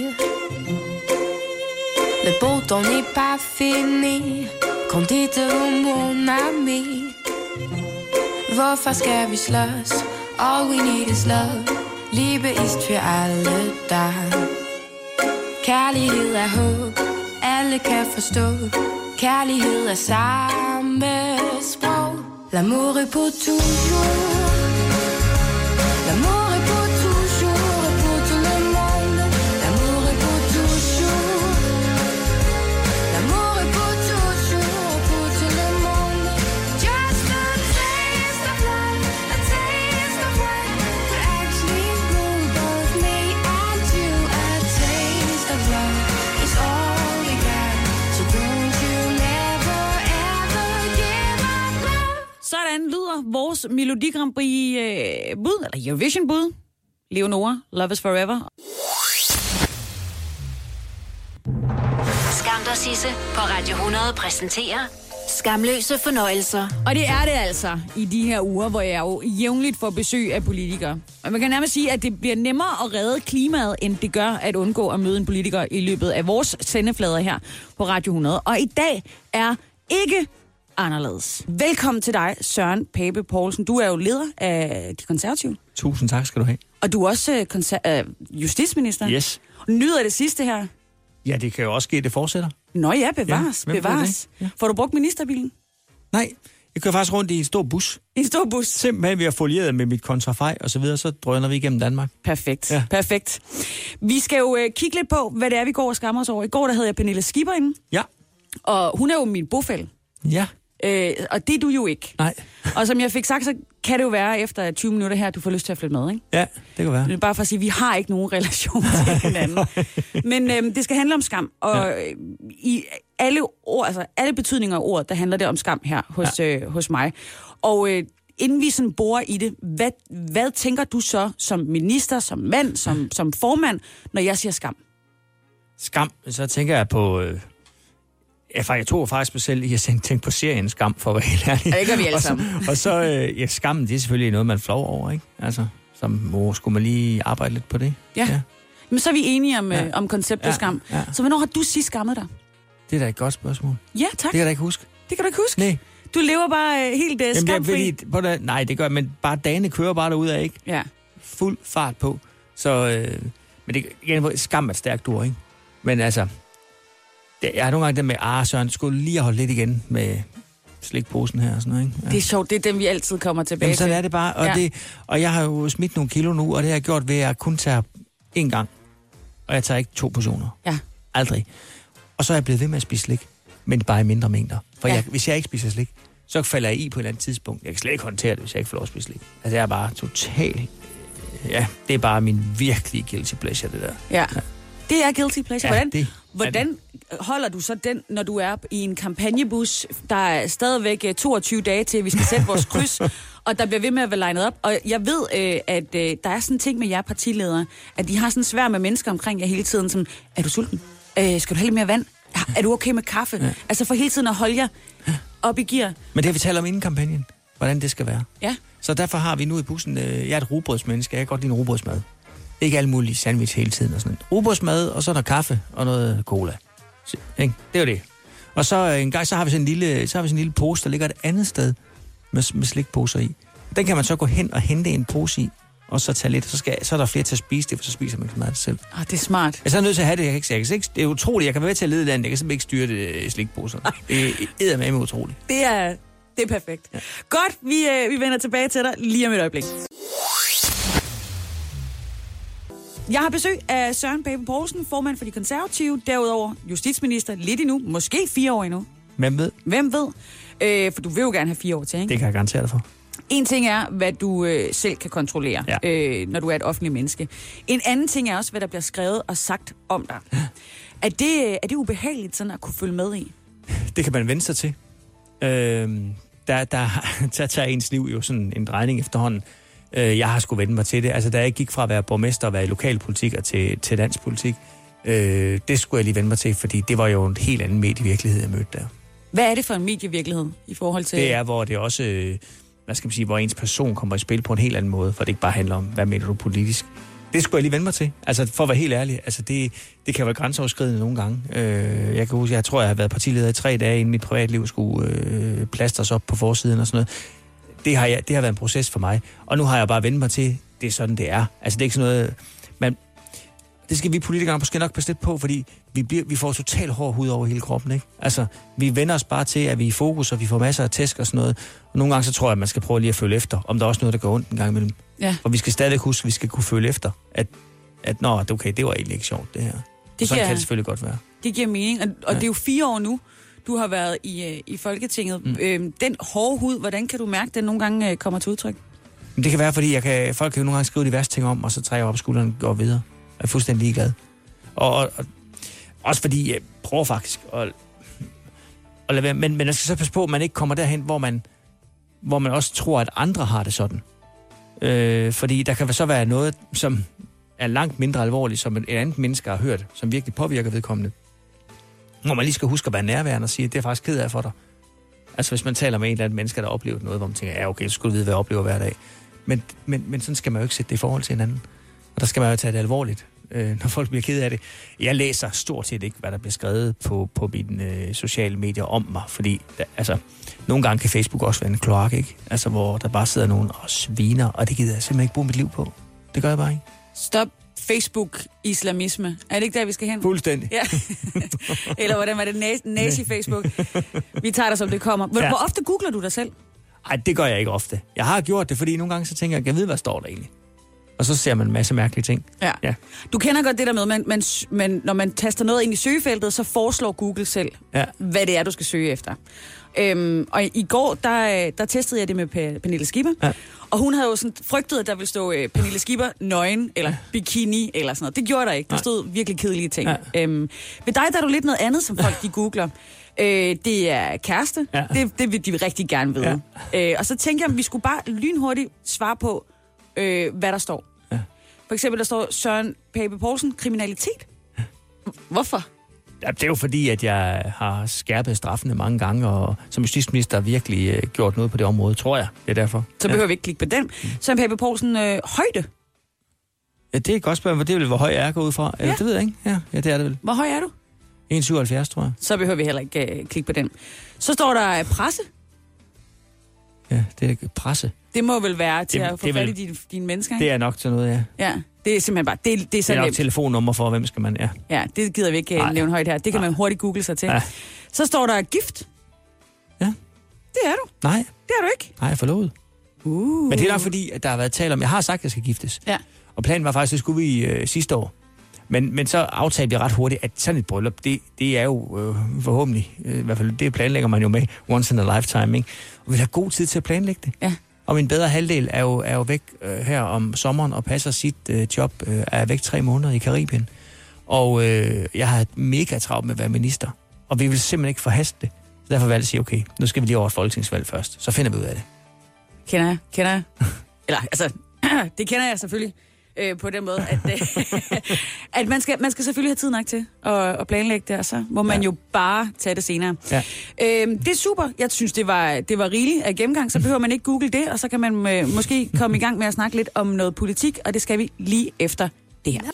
Le beau temps n'est pas fini. Kom dites-vous mon ami. Hvorfor skal vi slås? All we need is love. Liebe ist für alle da. Kærlighed er håb. Alle kan forstå. Kærlighed er samme sprog. L'amour est pour toujours. L'amour est pour toujours et pour tout le monde. L'amour est pour toujours. L'amour est pour toujours et pour tout le monde. Just a taste of love, a taste of what could actually rule both me and you. A taste of love is all we got, so don't you never ever give up love. Sådan lyder vores Melodi Grand Prix øh, bud, eller Eurovision bud. Leonora, Love is Forever. Skam dig, Sisse på Radio hundrede præsenterer Skamløse fornøjelser. Og det er det altså i de her uger, hvor jeg jo jævnligt får besøg af politikere. Og man kan nærmest sige, at det bliver nemmere at redde klimaet, end det gør at undgå at møde en politiker i løbet af vores sendeflader her på Radio hundrede. Og i dag er ikke anderledes. Velkommen til dig, Søren Pape Poulsen. Du er jo leder af De Konservative. Tusind tak skal du have. Og du er også konser- øh, justitsminister. Yes. Nyder det sidste her? Ja, det kan jo også ske, det fortsætter. Nå ja, bevares, ja, bevares. Ja. Får du brugt ministerbilen? Nej, jeg kører faktisk rundt i en stor bus. I en stor bus? Simpelthen, vi har folieret med mit kontrafej og så videre, så drøner vi igennem Danmark. Perfekt, ja. Perfekt. Vi skal jo øh, kigge lidt på, hvad det er, vi går og skammer os over. I går, der havde jeg Pernille Skipper inde. Ja. Og hun er jo min bofælle. Ja. Øh, og det er du jo ikke. Nej. Og som jeg fik sagt, så kan det jo være efter tyve minutter her, du får lyst til at flytte med, ikke? Ja, det kan være. Det er bare for at sige, at vi har ikke nogen relation til hinanden. Men øh, det skal handle om skam. Og ja. øh, i alle ord, altså alle betydninger af ordet, der handler det om skam her hos, ja. øh, hos mig. Og øh, inden vi sådan borer i det, hvad, hvad tænker du så som minister, som mand, som, som formand, når jeg siger skam? Skam, så tænker jeg på... Øh Jeg tog faktisk mig selv i at tænke på serien Skam, for at være helt ærlig. Ja, det gør vi alle sammen. Og så, og så øh, ja, skammen, det er selvfølgelig noget, man flår over, ikke? Altså, så må, skulle man lige arbejde lidt på det. Ja. ja. Men så er vi enige om, ja. øh, om konceptet ja. skam. Ja. Så hvornår har du sidst skammet dig? Det er da et godt spørgsmål. Ja, tak. Det kan jeg da ikke huske. Det kan du ikke huske? Nej. Du lever bare øh, helt øh, skamfri. Jamen, det, nej, det gør men bare dagene kører bare derudad, ikke? Ja. Fuld fart på. Så, øh, men det igen, skam er et stærkt ord, ikke? Men altså... Jeg har nogle gange det med, ah Søren, skulle lige holde lidt igen med slikposen her og sådan noget, ikke? Ja. Det er sjovt, det er dem, vi altid kommer tilbage Jamen, til. sådan er det bare, og, ja. det, og jeg har jo smidt nogle kilo nu, og det har jeg gjort ved, at jeg kun tager én gang, og jeg tager ikke to portioner. Ja. Aldrig. Og så er jeg blevet ved med at spise slik, men bare i mindre mængder. For ja. jeg, hvis jeg ikke spiser slik, så falder jeg i på et eller andet tidspunkt. Jeg kan slet ikke håndtere det, hvis jeg ikke får lov at spise slik. Altså, jeg er bare totalt... Ja, det er bare min virkelige guilty pleasure, det der. Ja. ja. Det er guilty pleasure. Ja, hvordan, det hvordan holder du så den, når du er i en kampagnebus? Der er stadigvæk toogtyve dage til, at vi skal sætte vores kryds, og der bliver ved med at være legnet op. Og jeg ved, øh, at øh, der er sådan en ting med jer partiledere, at de har sådan svær med mennesker omkring jer hele tiden, som, er du sulten? Øh, skal du have lidt mere vand? Er du okay med kaffe? Ja. Altså for hele tiden at holde jer op i gear. Men det har vi talt om inden kampagnen, hvordan det skal være. Ja. Så derfor har vi nu i bussen, øh, jeg er et rugbrødsmenneske, jeg kan godt lide en rugbrødsmad. Ikke alle mulige sandwich hele tiden og sådan noget. Rugbrødsmad, og så er der kaffe og noget cola. Så, ikke? Det er jo det. Og så en gang, så har vi sådan en lille, så har vi sådan en lille pose, der ligger et andet sted med, med slikposer i. Den kan man så gå hen og hente en pose i, og så tage lidt, så, skal, så er der flere til at spise det, for så spiser man ikke så meget af det selv. Ah, det er smart. Jeg er så nødt til at have det, jeg kan ikke, jeg kan ikke, det er utroligt, jeg kan være med til at lede landet, jeg kan simpelthen ikke styre det i slikposer. Det er med utroligt. Det er, det er perfekt. Ja. Godt, vi, øh, vi vender tilbage til dig lige om et øjeblik. Jeg har besøg af Søren Pape Poulsen, formand for De Konservative, derudover justitsminister lidt endnu, måske fire år endnu. Hvem ved? Hvem ved? Øh, for du vil jo gerne have fire år til, ikke? Det kan jeg garantere dig for. En ting er, hvad du øh, selv kan kontrollere, ja. øh, når du er et offentligt menneske. En anden ting er også, hvad der bliver skrevet og sagt om dig. Ja. Er, det, er det ubehageligt sådan at kunne følge med i? Det kan man vende sig til. Øh, der, der, der tager ens liv jo sådan en drejning efterhånden. Øh, jeg har sgu vende mig til det. Altså, da jeg gik fra at være borgmester og være i lokalpolitik og til, til landspolitik, øh, det skulle jeg lige vende mig til, fordi det var jo en helt anden medievirkelighed, jeg mødte der. Hvad er det for en medievirkelighed i forhold til... Det er, hvor det også... Øh, hvad skal man sige, hvor ens person kommer i spil på en helt anden måde, for det ikke bare handler om, hvad mener du politisk. Det skulle jeg lige vende mig til. Altså, for at være helt ærlig, altså, det, det kan være grænseoverskridende nogle gange. Øh, jeg kan huske, jeg tror, jeg har været partileder i tre dage, inden mit privatliv skulle øh, plastres op på forsiden og sådan noget. Det har, jeg, det har været en proces for mig. Og nu har jeg bare vendt mig til, det er sådan, det er. Altså, det er ikke sådan noget... Man, det skal vi politikere måske nok passe lidt på, fordi vi, bliver, vi får total hård hud over hele kroppen, ikke? Altså, vi vender os bare til, at vi er i fokus, og vi får masser af tæsk og sådan noget. Og nogle gange så tror jeg, at man skal prøve lige at følge efter, om der er også noget, der går ondt en gang imellem. Ja. Og vi skal stadig huske, at vi skal kunne følge efter, at, at nå, okay, det var egentlig ikke sjovt, det her. Det sådan giver, kan det selvfølgelig godt være. Det giver mening, og, og ja. Det er jo fire år nu, du har været i, i Folketinget. Mm. Øhm, den hårde hud, hvordan kan du mærke, at den nogle gange øh, kommer til udtryk? Det kan være, fordi jeg kan, folk kan jo nogle gange skrive de værste ting om, og så trækker jeg op skulderen og går videre. Jeg er fuldstændig ligeglad. Og, og, og også fordi jeg prøver faktisk at, at lade være, men, men jeg skal så passe på, at man ikke kommer derhen, hvor man, hvor man også tror, at andre har det sådan. Øh, fordi der kan så være noget, som er langt mindre alvorligt, som et andet menneske har hørt, som virkelig påvirker vedkommende. Hvor man lige skal huske at være nærværende og sige, at det er faktisk ked af for dig. Altså hvis man taler med en eller anden menneske, der har oplevet noget, hvor man tænker, ja okay, så skulle du vide, hvad jeg oplever hver dag. Men, men, men sådan skal man jo ikke sætte det i forhold til hinanden. Og der skal man jo tage det alvorligt, øh, når folk bliver ked af det. Jeg læser stort set ikke, hvad der bliver skrevet på, på mine øh, sociale medier om mig, fordi der, altså, nogle gange kan Facebook også være en kloak, ikke? Altså, hvor der bare sidder nogen og sviner, og det gider jeg simpelthen ikke bruge mit liv på. Det gør jeg bare ikke. Stop Facebook-islamisme. Er det ikke der, vi skal hen? Fuldstændig. Ja. Eller hvordan var det? Nazi-Facebook. Vi tager det, som det kommer. Hvor, ja. hvor ofte googler du dig selv? Nej, det gør jeg ikke ofte. Jeg har gjort det, fordi nogle gange så tænker jeg, kan jeg vide, hvad står der egentlig? Og så ser man en masse mærkelige ting. Ja. ja. Du kender godt det der med, man, man, man, når man taster noget ind i søgefeltet, så foreslår Google selv, ja. hvad det er, du skal søge efter. Øhm, og i går, der, der testede jeg det med Pernille Skipper. Ja. Og hun havde jo sådan frygtet, at der ville stå uh, Pernille Skipper nøgen, eller bikini, eller sådan noget. Det gjorde der ikke. Der stod virkelig kedelige ting. Ja. Øhm, ved dig, der er du lidt noget andet, som folk de googler. Øh, det er kæreste. Ja. Det, det vil de rigtig gerne vide. Ja. Øh, og så tænker jeg, at vi skulle bare lynhurtigt svare på, øh, hvad der står. Ja. For eksempel, der står Søren Pape Poulsen, kriminalitet. Ja. Hvorfor? Ja, det er jo fordi, at jeg har skærpet straffene mange gange, og som justitsminister har virkelig øh, gjort noget på det område, tror jeg. Det er derfor. Så behøver ja. vi ikke klikke på den. Søren Pape Poulsen, øh, højde? Ja, det er et godt spørgsmål. Det er vel, hvor høj jeg er gået ud fra. Ja. Det ved jeg ikke. Ja, ja, det er det vel. Hvor høj er du? en komma syvoghalvfjerds, tror jeg. Så behøver vi heller ikke øh, klikke på den. Så står der øh, presse. Ja, det er presse. Det må vel være til det, at få fat i dine, dine mennesker, ikke? Det er nok til noget, ja. Ja, det er simpelthen bare... Det, det, er, det er nok telefonnummer for, hvem skal man... Ja, ja det gider vi ikke nævne højt her. Det kan Ej. man hurtigt google sig til. Ja. Så står der gift. Ja. Det er du. Nej. Det er du ikke. Nej, jeg er forlovet. Uh. Men det er nok fordi, at der har været tale om... Jeg har sagt, at jeg skal giftes. Ja. Og planen var faktisk, at det skulle vi øh, sidste år. Men, men så aftalte vi ret hurtigt, at sådan et bryllup, det, det er jo øh, forhåbentlig... Øh, I hvert fald, det planlægger man jo med once in a lifetime, ikke? Og vi har god tid til at planlægge det. Ja. Og min bedre halvdel er jo, er jo væk øh, her om sommeren og passer sit øh, job, øh, er væk tre måneder i Karibien. Og øh, jeg har mega travlt med at være minister. Og vi vil simpelthen ikke forhaste det. Så derfor valgte jeg at sige, okay, nu skal vi lige over et folketingsvalg først. Så finder vi ud af det. Kender jeg, kender jeg. Eller, altså, det kender jeg selvfølgelig øh, på den måde, at, øh, at man, skal, man skal selvfølgelig have tid nok til at, at planlægge det, og så må man ja. jo bare tage det senere. Ja. Øh, det er super. Jeg synes, det var, det var rigeligt af gennemgang, så behøver man ikke google det, og så kan man øh, måske komme i gang med at snakke lidt om noget politik, og det skal vi lige efter det her.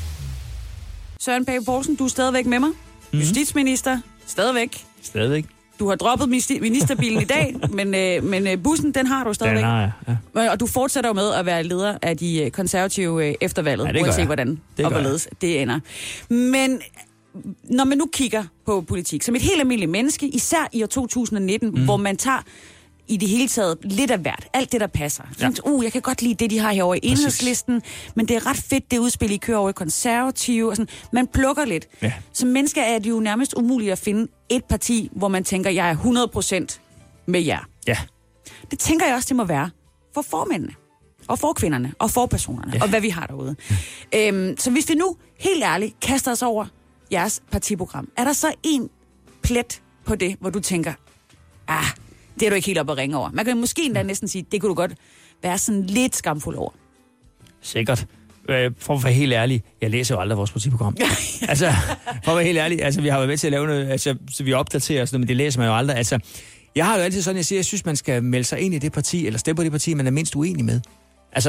Søren Pape Poulsen, du er stadigvæk med mig. Mm-hmm. Justitsminister, stadigvæk. Stadigvæk. Du har droppet ministerbilen i dag, men, øh, men øh, bussen, den har du stadigvæk. Den har jeg, ja. Og du fortsætter jo med at være leder af de konservative øh, efter valget, ja, uanset hvordan det og hvorledes det ender. Men når man nu kigger på politik, som et helt almindeligt menneske, især i år to tusind nitten, mm. hvor man tager i det hele taget lidt af hvert. Alt det, der passer. Ja. Uh, jeg kan godt lide det, de har herovre i Enhedslisten, men det er ret fedt, det udspil, I kører over i konservative. Og sådan. Man plukker lidt. Ja. Som mennesker er det jo nærmest umuligt at finde et parti, hvor man tænker, jeg er hundrede procent med jer. Ja. Det tænker jeg også, det må være for formændene, og for kvinderne, og for personerne, ja. Og hvad vi har derude. Ja. Øhm, så hvis vi nu helt ærligt kaster os over jeres partiprogram, er der så en plet på det, hvor du tænker, ah, det er du ikke helt op at ringe over. Man kan måske endda næsten sige, det kunne du godt være sådan lidt skamfuld over. Sikkert. For at være helt ærlig, jeg læser jo aldrig vores partiprogram. altså, for at være helt ærlig, altså vi har været med til at lave noget, altså så vi opdaterer os, men det læser man jo aldrig. Altså, jeg har jo altid sådan, jeg siger, jeg synes, man skal melde sig ind i det parti, eller stemme på det parti, man er mindst uenig med. Altså,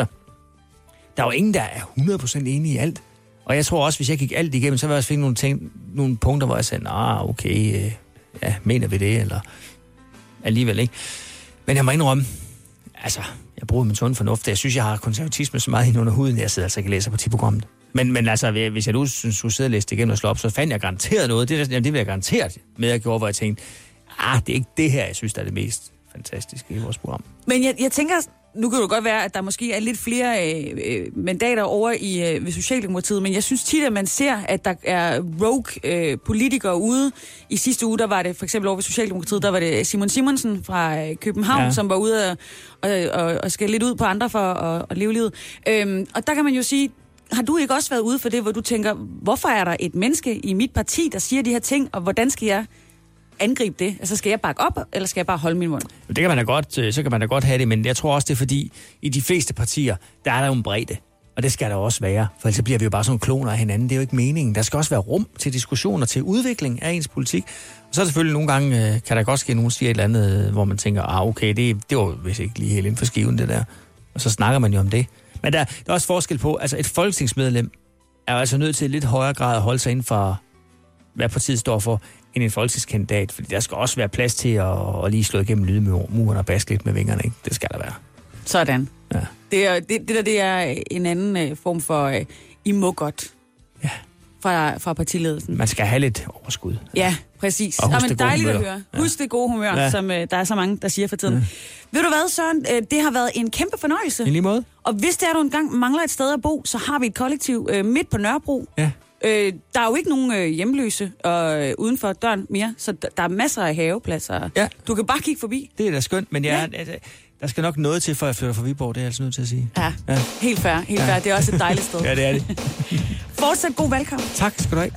der er jo ingen, der er hundrede procent enige i alt. Og jeg tror også, hvis jeg gik alt igennem, så ville jeg også finde nogle, ting, nogle punkter, hvor jeg sagde, ah, okay, øh, ja, mener vi det, eller alligevel ikke. Men jeg må indrømme, altså, jeg bruger min sund fornuft. Jeg synes, jeg har konservatisme så meget ind under huden, jeg sidder altså ikke og læser partiprogrammet. Men, men altså, hvis jeg nu synes, du sidder og læser det igennem og slår op, så fandt jeg garanteret noget. Det, jamen, det vil jeg garanteret med, at gjorde, hvor jeg tænkte, ah, det er ikke det her, jeg synes, der er det mest fantastiske i vores program. Men jeg, jeg tænker, nu kan det godt være, at der måske er lidt flere øh, mandater over i øh, ved Socialdemokratiet, men jeg synes tit, at man ser, at der er rogue øh, politikere ude. I sidste uge, der var det for eksempel over ved Socialdemokratiet, der var det Simon Simonsen fra øh, København, ja. Som var ude og, og, og, og skælde lidt ud på andre for at, at leve livet. Øhm, og der kan man jo sige, har du ikke også været ude for det, hvor du tænker, hvorfor er der et menneske i mit parti, der siger de her ting, og hvordan skal jeg angribe det? Altså, skal jeg bakke op, eller skal jeg bare holde min mund? Det kan man da godt, så kan man da godt have det, men jeg tror også, det er fordi, i de fleste partier, der er der jo en bredde. Og det skal der også være, for ellers bliver vi jo bare sådan kloner af hinanden. Det er jo ikke meningen. Der skal også være rum til diskussioner, til udvikling af ens politik. Og så er selvfølgelig nogle gange, kan der godt ske, at nogen siger et eller andet, hvor man tænker, ah, okay, det, det var vist ikke lige helt inden for skiven, det der. Og så snakker man jo om det. Men der, der er også forskel på, altså et folketingsmedlem er jo altså nødt til i lidt højere grad at holde sig inden for, hvad partiet står for, end en folketingskandidat, fordi der skal også være plads til at, at lige slå igennem lydmuren og baske lidt med vingerne, ikke? Det skal der være. Sådan. Ja. Det, er, det, det der, det er en anden uh, form for, uh, I må godt, ja. fra, fra partiledelsen. Man skal have lidt overskud. Ja, ja præcis. Og husk det gode dejligt humør. At høre. Ja. Husk det gode humør, ja. som uh, der er så mange, der siger for tiden. Ja. Ved du hvad, Søren? Uh, det har været en kæmpe fornøjelse. I lige måde. Og hvis det er, du engang mangler et sted at bo, så har vi et kollektiv uh, midt på Nørrebro. Ja. Øh, der er jo ikke nogen øh, hjemløse øh, uden for døren mere, så d- der er masser af havepladser. Ja. Du kan bare kigge forbi. Det er da skønt, men jeg, ja. altså, der skal nok noget til, for jeg flytter fra Viborg, det er jeg altså nødt til at sige. Ja, ja. helt fair, helt ja. fair. Det er også et dejligt sted. Ja, det er det. Fortsæt god valgkamp. Tak skal du have.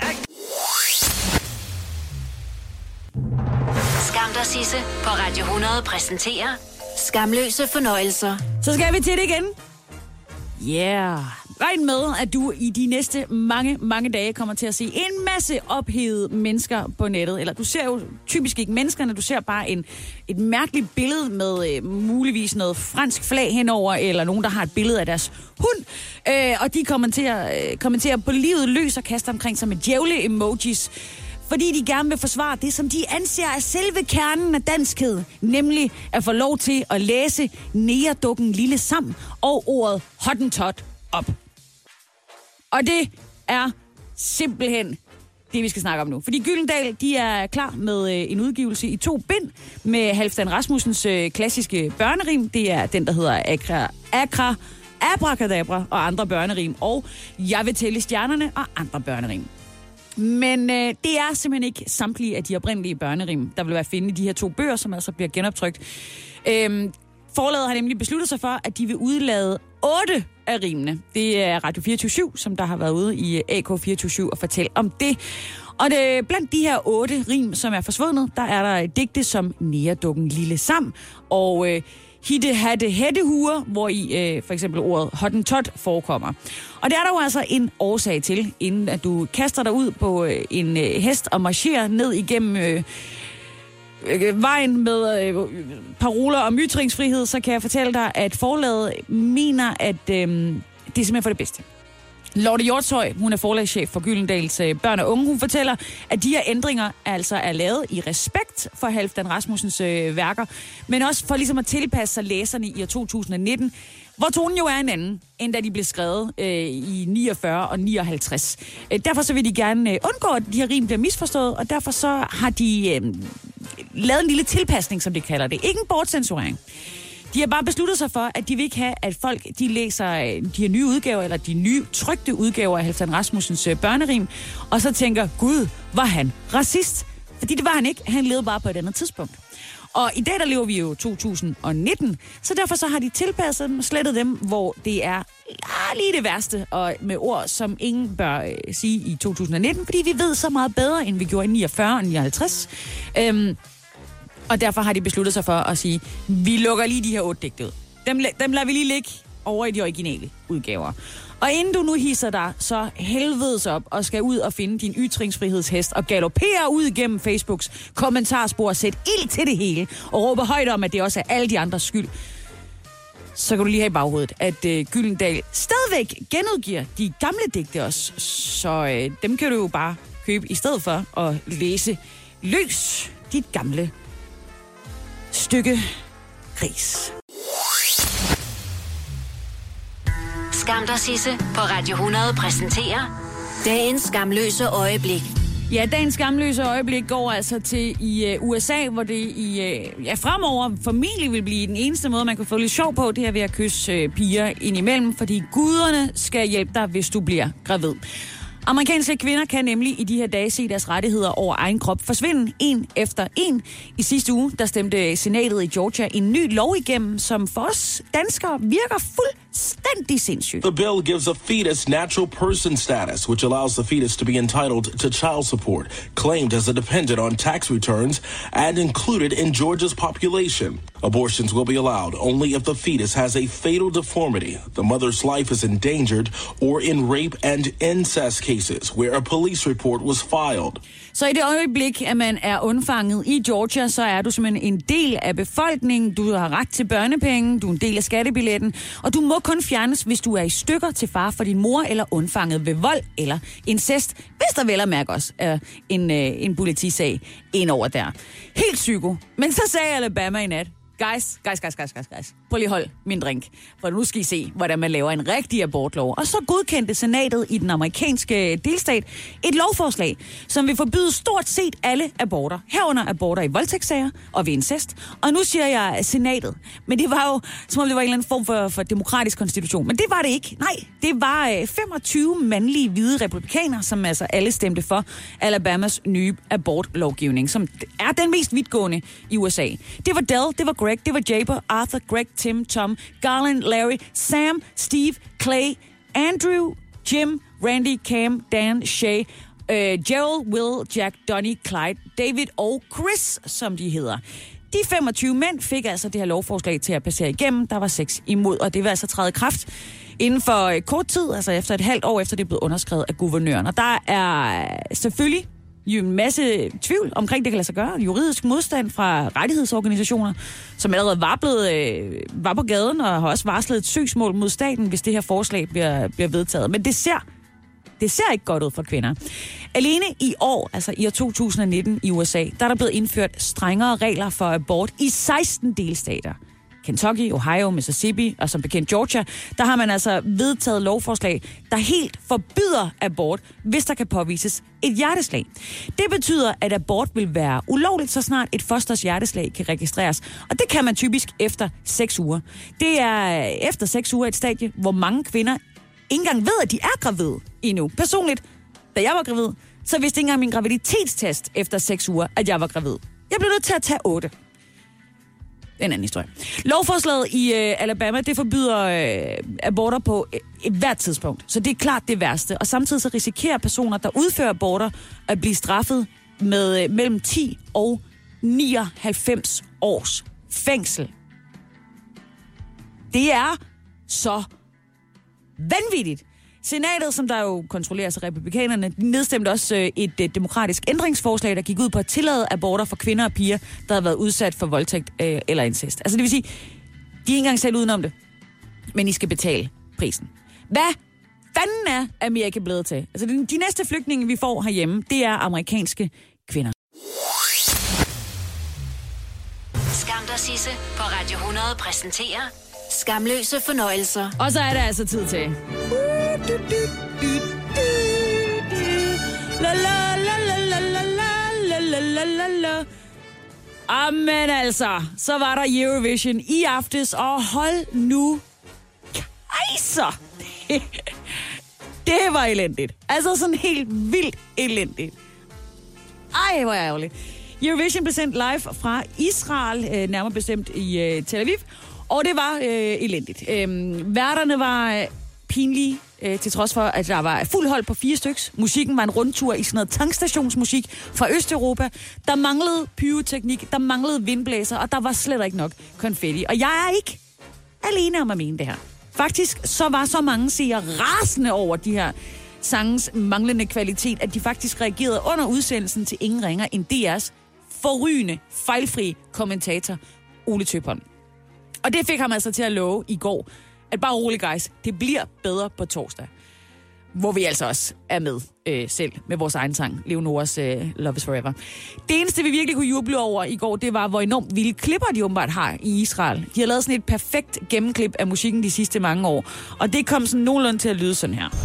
Skam dig, Sisse på Radio hundrede præsenterer Skamløse fornøjelser. Så skal vi til det igen. Yeah. Regn med, at du i de næste mange, mange dage kommer til at se en masse ophedede mennesker på nettet. Eller du ser jo typisk ikke menneskerne, du ser bare en, et mærkeligt billede med øh, muligvis noget fransk flag henover, eller nogen, der har et billede af deres hund. Øh, og de kommenterer, øh, kommenterer på livet løs og kaster omkring sig med djævle-emojis. Fordi de gerne vil forsvare det, som de anser af selve kernen af danskhed. Nemlig at få lov til at læse Negerdukken Lille Sam og ordet hottentot op. Og det er simpelthen det, vi skal snakke om nu. Fordi Gyldendal, de er klar med en udgivelse i to bind med Halfdan Rasmussens klassiske børnerim. Det er den, der hedder Akra, Akra, Abracadabra og andre børnerim. Og Jeg vil tælle stjernerne og andre børnerim. Men øh, det er simpelthen ikke samtlige af de oprindelige børnerim, der vil være finde i de her to bøger, som altså bliver genoptrykt. Øhm, forlaget har nemlig besluttet sig for, at de vil udlade otte af rimene. Det er Radio fireogtyve syv, som der har været ude i A K fireogtyve syv og fortælle om det. Og det, blandt de her otte rim, som er forsvundet, der er der digte som Negerdukken Lille Sam og øh, Hitte Hatte Hættehuer, hvor i øh, for eksempel ordet hottentot forekommer. Og det er der jo altså en årsag til, inden at du kaster dig ud på øh, en øh, hest og marcherer ned igennem øh, øh, vejen med øh, paroler om ytringsfrihed, så kan jeg fortælle dig, at forlaget mener, at øh, det er simpelthen for det bedste. Lotte Hjortshøj, hun er forlagschef for Gyldendals øh, Børn og Unge. Hun fortæller, at de her ændringer altså er lavet i respekt for Halfdan Rasmussens øh, værker, men også for ligesom at tilpasse sig læserne i år to tusind nitten, hvor tonen jo er en anden, end da de blev skrevet øh, i niogfyrre og nioghalvtreds. Øh, derfor så vil de gerne øh, undgå, at de her rim bliver misforstået, og derfor så har de øh, lavet en lille tilpasning, som de kalder det. Ikke en bortcensurering. De har bare besluttet sig for, at de vil ikke have, at folk de læser de her nye udgaver, eller de nye trykte udgaver af Halfdan Rasmussens øh, børnerim, og så tænker, gud, var han racist? Fordi det var han ikke. Han levede bare på et andet tidspunkt. Og i dag, der lever vi jo to tusind nitten, så derfor så har de tilpasset dem og slettet dem, hvor det er lige det værste, og med ord, som ingen bør øh, sige i to tusind nitten, fordi vi ved så meget bedre, end vi gjorde i niogfyrre og nioghalvtreds. Øhm, og derfor har de besluttet sig for at sige, vi lukker lige de her otte digte ud. Dem, dem lader vi lige ligge over i de originale udgaver. Og inden du nu hisser dig så helvedes op og skal ud og finde din ytringsfrihedshest og galopere ud igennem Facebooks kommentarspor og sætte ild til det hele og råbe højt om, at det også er alle de andres skyld, så kan du lige have i baghovedet, at øh, Gyldendal stadigvæk genudgiver de gamle digte også. Så øh, dem kan du jo bare købe i stedet for at læse løs dit gamle stykke gris. Skam dig, Sisse på Radio hundrede præsenterer dagens skamløse øjeblik. Ja, dagens skamløse øjeblik går altså til i uh, U S A, hvor det i uh, ja, fremover formentlig vil blive den eneste måde, man kan få lidt sjov på, det er ved at kysse uh, piger indimellem, fordi guderne skal hjælpe dig, hvis du bliver gravid. Amerikanske kvinder kan nemlig i de her dage se deres rettigheder over egen krop forsvinde, en efter en. I sidste uge, der stemte senatet i Georgia en ny lov igennem, som for os danskere virker fuldstændig sindssygt. The bill gives a fetus natural person status, which allows the fetus to be entitled to child support, claimed as a dependent on tax returns, and included in Georgia's population. Abortions will be allowed only if the fetus has a fatal deformity, the mother's life is endangered, or in rape and incest cases where a police report was filed. Så i det øjeblik, at man er undfanget i Georgia, så er du simpelthen en del af befolkningen. Du har ret til børnepenge, du er en del af skattebilletten, og du må kun fjernes, hvis du er i stykker til far for din mor, eller undfanget ved vold eller incest, hvis der vel at mærke også er en, øh, en politisag ind over der. Helt psyko. Men så sagde Alabama i nat, Guys, guys, guys, guys, guys, guys. Prøv lige hold min drink, for nu skal I se, hvordan man laver en rigtig abortlov. Og så godkendte senatet i den amerikanske delstat et lovforslag, som vil forbyde stort set alle aborter. Herunder aborter i voldtægtssager og ved incest. Og nu siger jeg senatet, men det var jo, som om det var en eller anden form for, for demokratisk konstitution. Men det var det ikke. Nej, det var femogtyve mandlige hvide republikanere, som altså alle stemte for Alabamas nye abortlovgivning, som er den mest vidtgående i U S A. Det var Dell, det var Greg, det var Jaber, Arthur, Greg, Tim, Tom, Garland, Larry, Sam, Steve, Clay, Andrew, Jim, Randy, Cam, Dan, Shay, øh, Gerald, Will, Jack, Donnie, Clyde, David og Chris, som de hedder. De femogtyve mænd fik altså det her lovforslag til at passere igennem. Der var seks imod, og det vil altså træde i kraft inden for kort tid, altså efter et halvt år efter det blev underskrevet af guvernøren. Og der er selvfølgelig jo en masse tvivl omkring, det kan lade sig gøre. Juridisk modstand fra rettighedsorganisationer, som allerede var, blevet, øh, var på gaden og har også varslet et søgsmål mod staten, hvis det her forslag bliver, bliver vedtaget. Men det ser, det ser ikke godt ud for kvinder. Alene i år, altså i år to tusind nitten i U S A, der er der blevet indført strengere regler for abort i seksten delstater. Kentucky, Ohio, Mississippi og som bekendt Georgia, der har man altså vedtaget lovforslag, der helt forbyder abort, hvis der kan påvises et hjerteslag. Det betyder, at abort vil være ulovligt, så snart et fosters hjerteslag kan registreres. Og det kan man typisk efter seks uger. Det er efter seks uger et stadie, hvor mange kvinder ikke engang ved, at de er gravide endnu. Personligt, da jeg var gravid, så vidste ikke engang min graviditetstest efter seks uger, at jeg var gravid. Jeg blev nødt til at tage otte. En anden historie. Lovforslaget i øh, Alabama, det forbyder øh, aborter på et, et hvert tidspunkt. Så det er klart det værste. Og samtidig så risikerer personer, der udfører aborter, at blive straffet med øh, mellem ti og nioghalvfems års fængsel. Det er så vanvittigt. Senatet, som der jo kontrolleres af republikanerne, nedstemte også et, et demokratisk ændringsforslag, der gik ud på at tillade aborter for kvinder og piger, der har været udsat for voldtægt øh, eller incest. Altså det vil sige, de er ikke engang selv udenom det, men I skal betale prisen. Hvad fanden er Amerika blevet til? Altså, de, de næste flygtninge, vi får herhjemme, det er amerikanske kvinder. Skam dig, Sisse på Radio hundrede præsenterer Skamløse fornøjelser. Og så er det altså tid til... La la la la la la la la la la la. Amen altså, så var der Eurovision i aftes, og hold nu kejser. Det, det var elendigt. Altså sådan helt vildt elendigt. Ej, hvor ærgerligt. Eurovision blev sendt live fra Israel, nærmere bestemt i Tel Aviv, og det var øh, elendigt. Øh, værterne var pinlige, øh, til trods for, at der var fuld hold på fire styks. Musikken var en rundtur i sådan noget tankstationsmusik fra Østeuropa. Der manglede pyroteknik, der manglede vindblæser, og der var slet ikke nok konfetti. Og jeg er ikke alene om at mene det her. Faktisk så var så mange seere rasende over de her sangens manglende kvalitet, at de faktisk reagerede under udsendelsen til ingen ringer end D R's forrygende, fejlfri kommentator Ole Tøpholm. Og det fik ham altså til at love i går, at bare rolig guys, det bliver bedre på torsdag. Hvor vi altså også er med øh, selv med vores egen sang, Leonoras øh, Love is Forever. Det eneste, vi virkelig kunne juble over i går, det var, hvor enormt vilde klipper de åbenbart har i Israel. De har lavet sådan et perfekt gennemklip af musikken de sidste mange år. Og det kom sådan nogenlunde til at lyde sådan her.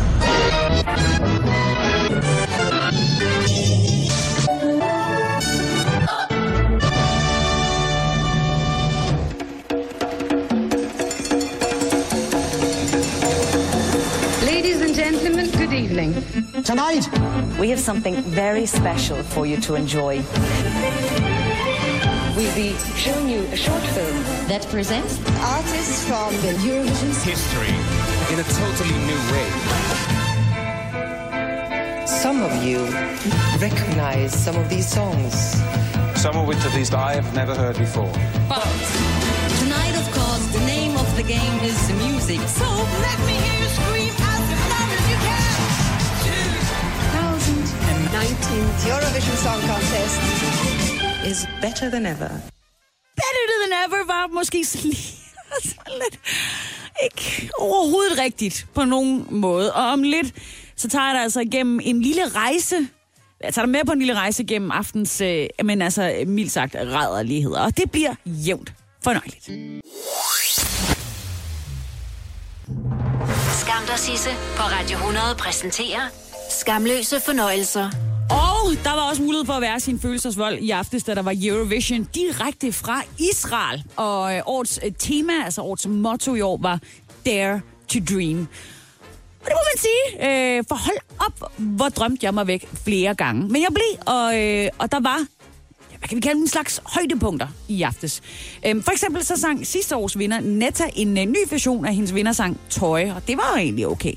Gentlemen, good evening. Tonight, we have something very special for you to enjoy. We'll be showing you a short film that presents artists from the Eurovision history in a totally new way. Some of you recognize some of these songs. Some of which at least I have never heard before. But tonight, of course, the name of the game is music. So let me hear you scream as loud as you can. twenty nineteenth Eurovision Song Contest is better than ever. Better than ever var måske sådan lidt ikke overhovedet rigtigt på nogen måde. Og om lidt, så tager jeg dig altså igennem en lille rejse. Jeg tager dig med på en lille rejse gennem aftens, øh, men altså mildt sagt, rædderligheder. Og det bliver jævnt fornøjeligt. Skam dig, Sisse på Radio hundrede præsenterer Skamløse fornøjelser. Og der var også mulighed for at være sin følelsesvold i aftes, da der var Eurovision direkte fra Israel. Og øh, årets øh, tema, altså årets motto i år, var Dare to Dream. Og det må man sige, øh, for hold op, hvor drømte jeg mig væk flere gange. Men jeg blev, og, øh, og der var, hvad kan vi kalde en slags højdepunkter i aftes. Øh, for eksempel så sang sidste års vinder Netta en øh, ny version af hendes vindersang Toy, og det var jo egentlig okay.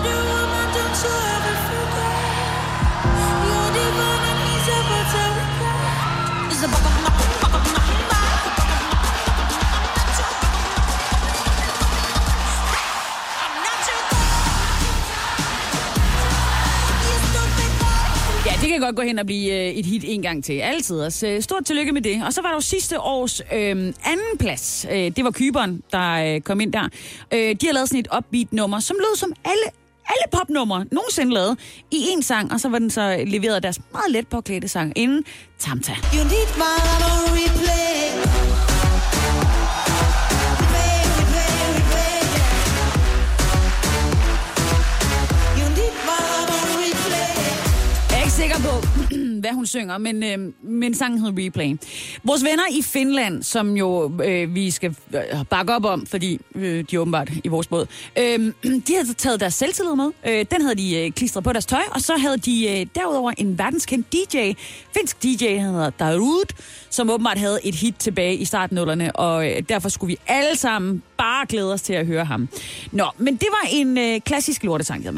Det kan godt gå hen og blive et hit en gang til. Altid. Altså, stort tillykke med det. Og så var der jo sidste års øh, anden plads. Øh, det var Kyberen, der øh, kom ind der. Øh, de har lavet sådan et upbeat nummer, som lød som alle, alle popnumre nogensinde lavet i en sang. Og så var den så leveret af deres meget let påklædte sang inden Tamta. You need my replay. Sikker på, hvad hun synger, men, øh, men sangen hedder Replay. Vores venner i Finland, som jo øh, vi skal øh, bakke op om, fordi øh, de er åbenbart i vores båd, øh, de havde taget deres selvtillid med. Øh, den havde de øh, klistret på deres tøj, og så havde de øh, derudover en verdenskendt D J, finsk D J, han hedder Darude, som åbenbart havde et hit tilbage i startnullerne, og øh, derfor skulle vi alle sammen bare glæde os til at høre ham. Nå, men det var en øh, klassisk lortesang, der med.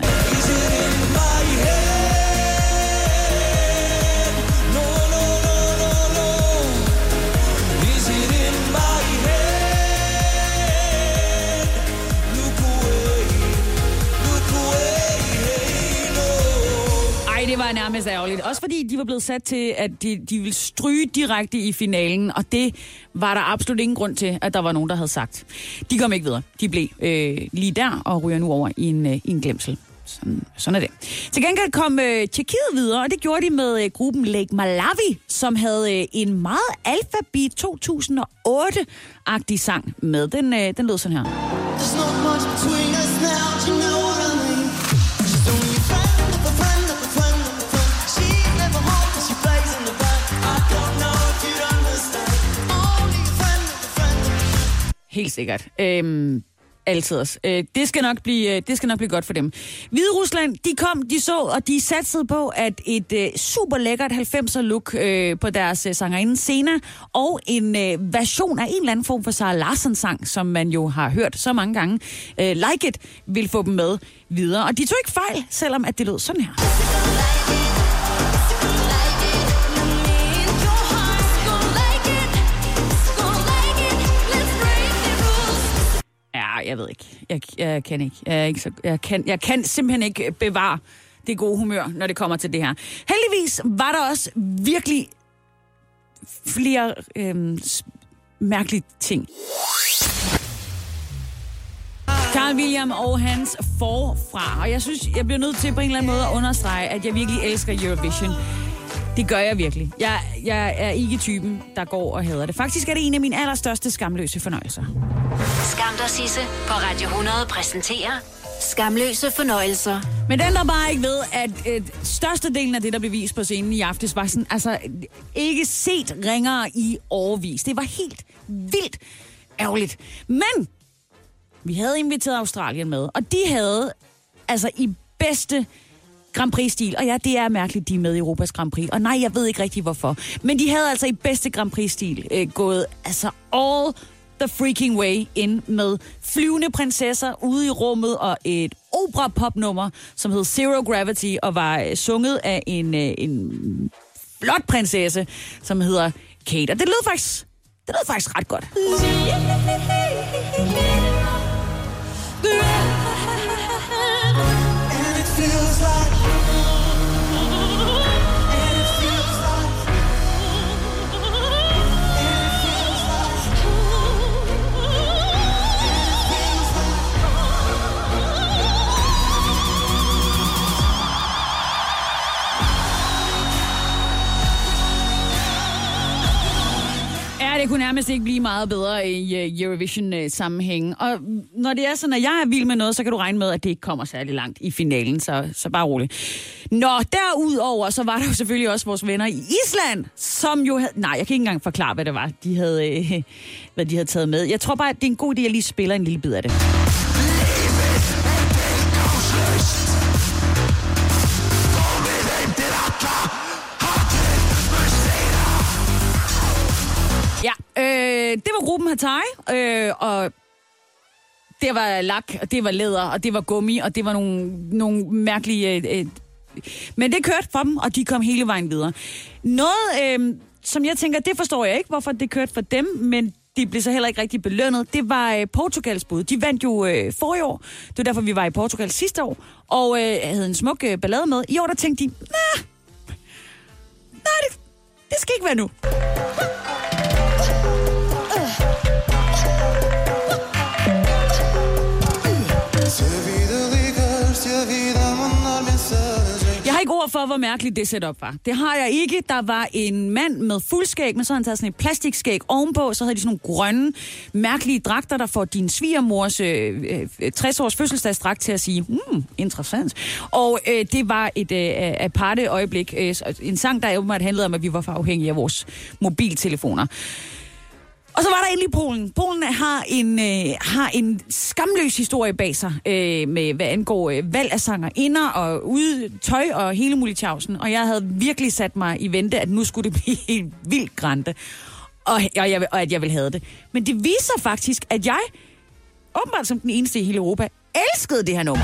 Det var nærmest nærmest ærgerligt. Også fordi de var blevet sat til, at de, de ville stryge direkte i finalen, og det var der absolut ingen grund til, at der var nogen, der havde sagt. De kom ikke videre. De blev øh, lige der og ryger nu over i en, øh, i en glemsel. Sådan, sådan er det. Til gengæld kom øh, Tjekkiet videre, og det gjorde de med øh, gruppen Lake Malawi, som havde øh, en meget Alphabeat to tusind og otte-agtig sang med. Den, øh, den lød sådan her. There's not much between us now, do you know what I mean? She's only a friend of a friend of a friend of a friend. She's never home, but she plays in the band. I don't know if you'd understand. Only a friend of a friend. Helt sikkert. Øhm... Altid også. Det skal nok blive, det skal nok blive godt for dem. Hvide Rusland, de kom, de så, og de satsede på, at et uh, super lækkert halvfemser look uh, på deres uh, sangerinde Sena, og en uh, version af en eller anden form for Sara Larsson-sang, som man jo har hørt så mange gange. Uh, Like It vil få dem med videre. Og de tog ikke fejl, selvom at det lød sådan her. Jeg ved ikke. Jeg, jeg kan ikke. Jeg, er ikke så, jeg, kan, jeg kan simpelthen ikke bevare det gode humør, når det kommer til det her. Heldigvis var der også virkelig flere øhm, mærkelige ting. Carl William og hans forfra. Og jeg synes, jeg bliver nødt til på en eller anden måde at understrege, at jeg virkelig elsker Eurovision. Det gør jeg virkelig. Jeg, jeg er ikke typen, der går og hader det. Faktisk er det en af mine allerstørste skamløse fornøjelser. Skam dig, Sisse på Radio hundrede præsenterer Skamløse fornøjelser. Men den der bare ikke ved, at øh, størstedelen af det, der blev vist på scenen i aftes, var sådan, altså ikke set ringere i årevis. Det var helt vildt ærgerligt. Men vi havde inviteret Australien med, og de havde altså i bedste Grand Prix-stil, og ja, det er mærkeligt, de er med i Europas Grand Prix, og nej, jeg ved ikke rigtig hvorfor, men de havde altså i bedste Grand Prix-stil øh, gået altså all the freaking way ind med flyvende prinsesser ude i rummet og et opera-pop-nummer, som hed Zero Gravity, og var øh, sunget af en, øh, en flot prinsesse, som hedder Kate, og det lød faktisk, det lød faktisk ret godt. Det kunne nærmest ikke blive meget bedre i Eurovision-sammenhængen. Og når det er sådan, at jeg er vild med noget, så kan du regne med, at det ikke kommer særlig langt i finalen, så, så bare roligt. Nå, derudover, så var der jo selvfølgelig også vores venner i Island, som jo havde... Nej, jeg kan ikke engang forklare, hvad det var, de havde, øh, hvad de havde taget med. Jeg tror bare, at det er en god idé, at jeg lige spiller en lille bid af det. Ja, øh, det var gruppen Hatay, øh, og det var lak, og det var læder, og det var gummi, og det var nogle, nogle mærkelige... Øh, øh, men det kørte for dem, og de kom hele vejen videre. Noget, øh, som jeg tænker, det forstår jeg ikke, hvorfor det kørte for dem, men de blev så heller ikke rigtig belønnet. Det var øh, Portugals bud. De vandt jo øh, forrige år. Det var derfor, vi var i Portugal sidste år, og øh, havde en smuk øh, ballade med. I år, der tænkte de, nej, nej, det, det skal ikke være nu. Jeg har ikke ord for, hvor mærkeligt det setup var. Det har jeg ikke. Der var en mand med fuldskæg, men så havde han taget sådan et plastikskæg ovenpå, så havde de sådan nogle grønne, mærkelige dragter, der får din svigermors øh, øh, tres-års fødselsdagsdragt til at sige, hmm, interessant. Og øh, det var et øh, aparte øjeblik. Øh, en sang, der åbenbart handlede om, at vi var for afhængige af vores mobiltelefoner. Og så var der endelig Polen. Polen har en, øh, har en skamløs historie bag sig, øh, med hvad angår øh, valg af sangerinder og ude tøj og hele muligt tjavsen. Og jeg havde virkelig sat mig i vente, at nu skulle det blive helt vildt grande, og, og, jeg, og at jeg ville have det. Men det viser faktisk, at jeg, åbenbart som den eneste i hele Europa, elskede det her nummer.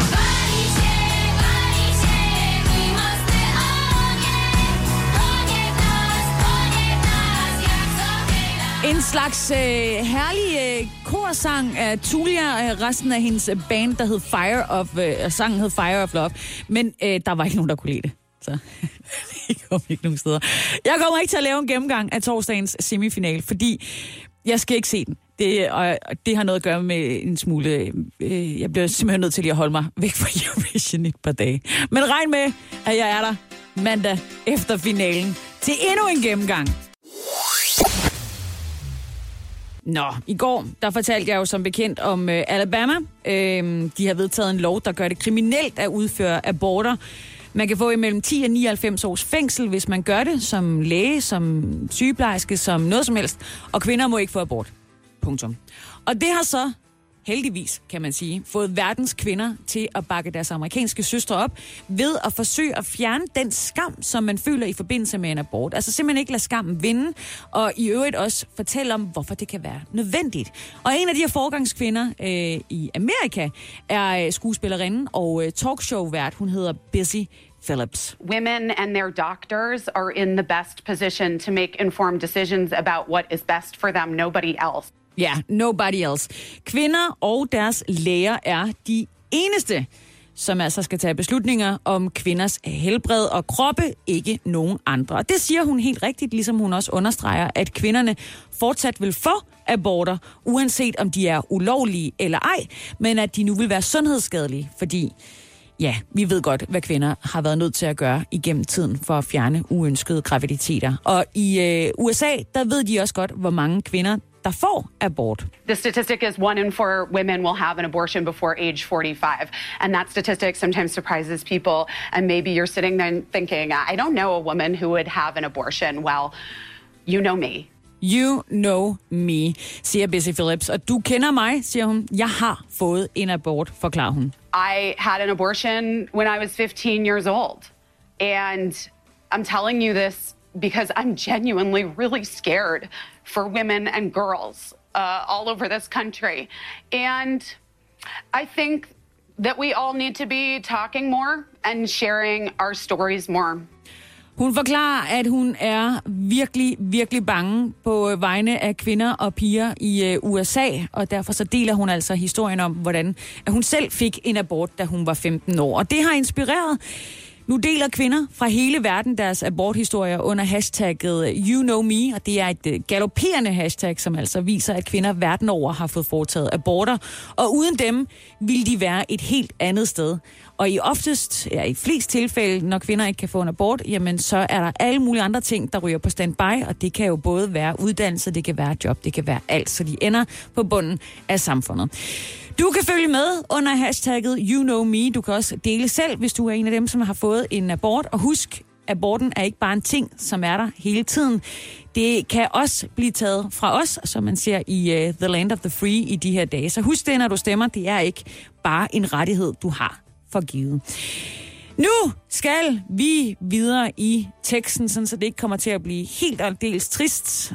En slags øh, herlig øh, korsang af Tulia og øh, resten af hendes band, der hed Fire of, øh, sangen hed Fire of Love. Men øh, der var ikke nogen, der kunne lide det. Så det kommer ikke nogen steder. Jeg kommer ikke til at lave en gennemgang af torsdagens semifinal, fordi jeg skal ikke se den. Det, og det har noget at gøre med en smule... Øh, jeg bliver simpelthen nødt til lige at holde mig væk fra Eurovision et par dage. Men regn med, at jeg er der mandag efter finalen til endnu en gennemgang. Nå, i går, der fortalte jeg jo som bekendt om øh, Alabama. Øh, de har vedtaget en lov, der gør det kriminelt at udføre aborter. Man kan få imellem ti og nioghalvfems års fængsel, hvis man gør det som læge, som sygeplejerske, som noget som helst. Og kvinder må ikke få abort. Punktum. Og det har så, heldigvis kan man sige, fået verdens kvinder til at bakke deres amerikanske søstre op ved at forsøge at fjerne den skam, som man føler i forbindelse med en abort. Altså simpelthen ikke lade skammen vinde, og i øvrigt også fortælle om, hvorfor det kan være nødvendigt. Og en af de her foregangskvinder øh, i Amerika er skuespillerinden og øh, talkshow-vært. Hun hedder Busy Phillips. Women and their doctors are in the best position to make informed decisions about what is best for them, nobody else. Ja, yeah, nobody else. Kvinder og deres læger er de eneste, som altså skal tage beslutninger om kvinders helbred og kroppe, ikke nogen andre. Og det siger hun helt rigtigt, ligesom hun også understreger, at kvinderne fortsat vil få aborter, uanset om de er ulovlige eller ej, men at de nu vil være sundhedsskadelige, fordi ja, vi ved godt, hvad kvinder har været nødt til at gøre igennem tiden for at fjerne uønskede graviditeter. Og i øh, U S A, der ved de også godt, hvor mange kvinder der får abort. The statistic is one in four women will have an abortion before age forty-five. And that statistic sometimes surprises people. And maybe you're sitting there thinking, I don't know a woman who would have an abortion. Well, you know me. You know me, siger Busy Phillips. Og du kender mig, siger hun. Jeg har fået en abort, forklarer hun. I had an abortion when I was fifteen years old. And I'm telling you this because I'm genuinely really scared for women and girls uh, all over this country. And I think that we all need to be talking more and sharing our stories more. Hun forklarer, at hun er virkelig, virkelig bange på vegne af kvinder og piger i U S A, og derfor så deler hun altså historien om, hvordan at hun selv fik en abort, da hun var femten år. Og det har inspireret. Nu deler kvinder fra hele verden deres aborthistorier under hashtagget You Know Me, og det er et galopperende hashtag, som altså viser, at kvinder verden over har fået foretaget aborter, og uden dem vil de være et helt andet sted. Og i oftest, ja, i flest tilfælde, når kvinder ikke kan få en abort, jamen så er der alle mulige andre ting, der ryger på standby, og det kan jo både være uddannelse, det kan være job, det kan være alt, så de ender på bunden af samfundet. Du kan følge med under hashtagget You Know Me. Du kan også dele selv, hvis du er en af dem, som har fået en abort. Og husk, aborten er ikke bare en ting, som er der hele tiden. Det kan også blive taget fra os, som man ser i uh, The Land of the Free i de her dage. Så husk det, når du stemmer. Det er ikke bare en rettighed, du har for givet. Nu skal vi videre i teksten, sådan så det ikke kommer til at blive helt og dels trist.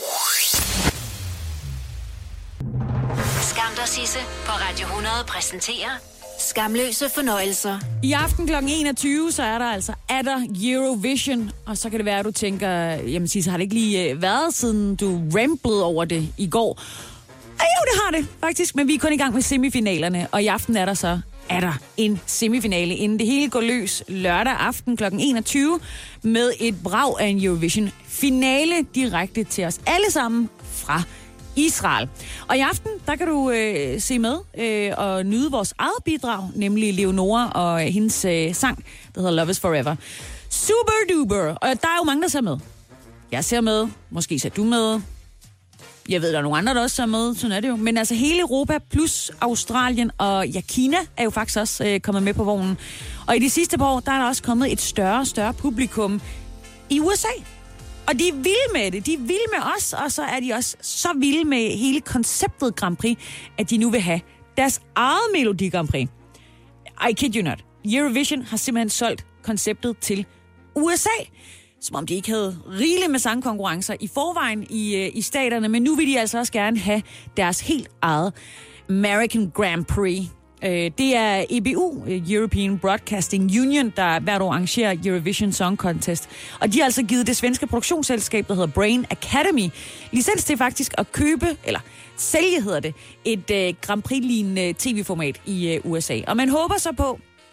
Skam dig, Sisse på Radio hundrede præsenterer Skamløse fornøjelser. I aften klokken enogtyve, så er der altså Atter Eurovision. Og så kan det være, at du tænker, jamen Sisse, har det ikke lige været, siden du ramblede over det i går? Ah, jo, det har det faktisk, men vi er kun i gang med semifinalerne. Og i aften er der så er der en semifinale, inden det hele går løs lørdag aften klokken enogtyve med et brag af en Eurovision-finale direkte til os alle sammen fra Israel. Og i aften, der kan du øh, se med øh, og nyde vores eget bidrag, nemlig Leonora og hendes øh, sang, der hedder Love is Forever. Super duper! Og der er jo mange, der ser med. Jeg ser med. Måske ser du med. Jeg ved, der er nogle andre, der også ser med. Sådan er det jo. Men altså hele Europa plus Australien og ja, Kina er jo faktisk også øh, kommet med på vognen. Og i de sidste par år, der er der også kommet et større og større publikum i U S A. Og de er vilde med det. De er vilde med os, og så er de også så vilde med hele konceptet Grand Prix, at de nu vil have deres eget Melodi Grand Prix. I kid you not. Eurovision har simpelthen solgt konceptet til U S A, som om de ikke havde rigeligt med sangkonkurrencer i forvejen i, i staterne, men nu vil de altså også gerne have deres helt eget American Grand Prix. Det er E B U, European Broadcasting Union, der hvert år arrangerer Eurovision Song Contest. Og de har altså givet det svenske produktionsselskab, der hedder Brain Academy, licens til faktisk at købe, eller sælge hedder det, et uh, Grand Prix-lignende tv-format i uh, U S A. Og man håber så på,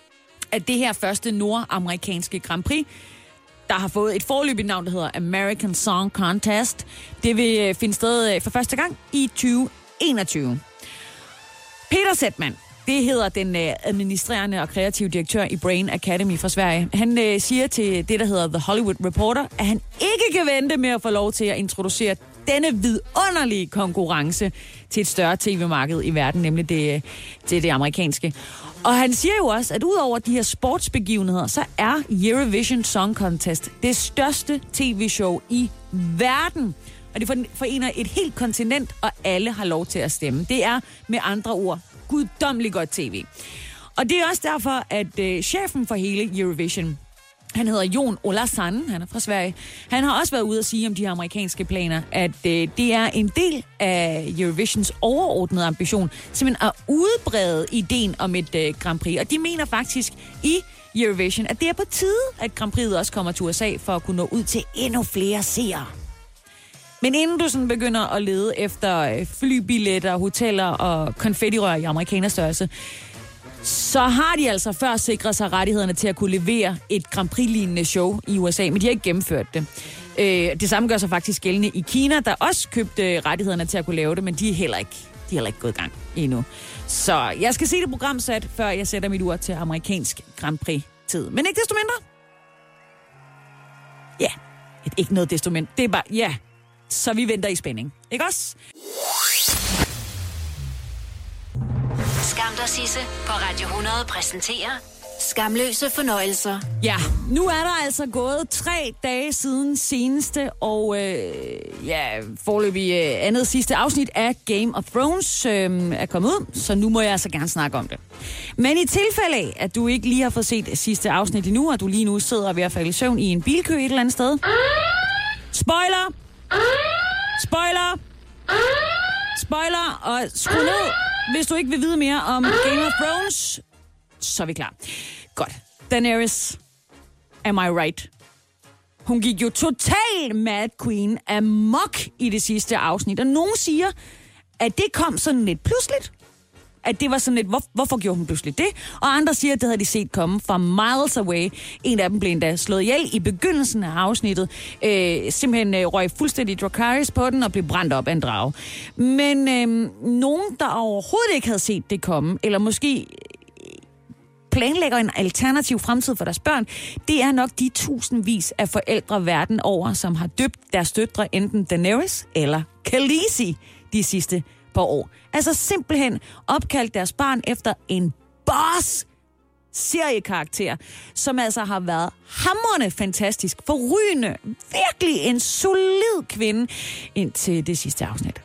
at det her første nordamerikanske Grand Prix, der har fået et foreløbigt navn, der hedder American Song Contest, det vil finde sted for første gang i tyve enogtyve. Peter Settman, det hedder den øh, administrerende og kreative direktør i Brain Academy fra Sverige. Han øh, siger til det, der hedder The Hollywood Reporter, at han ikke kan vente med at få lov til at introducere denne vidunderlige konkurrence til et større tv-marked i verden, nemlig det, det, det amerikanske. Og han siger jo også, at udover de her sportsbegivenheder, så er Eurovision Song Contest det største tv-show i verden. Og det forener et helt kontinent, og alle har lov til at stemme. Det er med andre ord guddommeligt godt tv. Og det er også derfor, at øh, chefen for hele Eurovision, han hedder Jon Olasan, han er fra Sverige, han har også været ude at sige om de her amerikanske planer, at øh, det er en del af Eurovisions overordnede ambition, simpelthen at udbrede ideen om et øh, Grand Prix. Og de mener faktisk i Eurovision, at det er på tide, at Grand Prix'et også kommer til U S A for at kunne nå ud til endnu flere seere. Men inden du sådan begynder at lede efter flybilletter, hoteller og konfettirør i amerikanerstørrelse, så har de altså før sikret sig rettighederne til at kunne levere et Grand Prix-lignende show i U S A, men de har ikke gennemført det. Det samme gør sig faktisk gældende i Kina, der også købte rettighederne til at kunne lave det, men de er heller ikke, de er heller ikke gået i gang endnu. Så jeg skal se det programsat, før jeg sætter mit ur til amerikansk Grand Prix-tid. Men ikke desto mindre. Ja, ikke noget desto mindre. Det er bare, ja. Så vi venter i spænding. Ikke også? Skam dig, Sisse på Radio hundrede præsenterer Skamløse fornøjelser. Ja, nu er der altså gået tre dage siden seneste og øh, ja, foreløbig øh, andet sidste afsnit af Game of Thrones øh, er kommet ud, så nu må jeg altså gerne snakke om det. Men i tilfælde af, at du ikke lige har fået set sidste afsnit endnu, og du lige nu sidder ved at falde i søvn i en bilkø et eller andet sted. Spoiler! Spoiler! Spoiler! Og skru ned, hvis du ikke vil vide mere om Game of Thrones. Så er vi klar. Godt. Daenerys. Am I right? Hun gik jo total Mad Queen amok i det sidste afsnit. Og nogen siger, at det kom sådan lidt pludseligt. At det var sådan lidt, hvor, hvorfor gjorde hun pludselig det? Og andre siger, at det havde de set komme fra miles away. En af dem blev endda slået ihjel i begyndelsen af afsnittet. Øh, simpelthen øh, røg fuldstændig Dracarys på den og blev brændt op af en drage. Men øh, nogen, der overhovedet ikke havde set det komme, eller måske planlægger en alternativ fremtid for deres børn, det er nok de tusindvis af forældre verden over, som har døbt deres døtre enten Daenerys eller Khaleesi de sidste par år. Altså simpelthen opkaldt deres barn efter en boss seriekarakter, som altså har været hamrende fantastisk, forrygende, virkelig en solid kvinde indtil det sidste afsnit.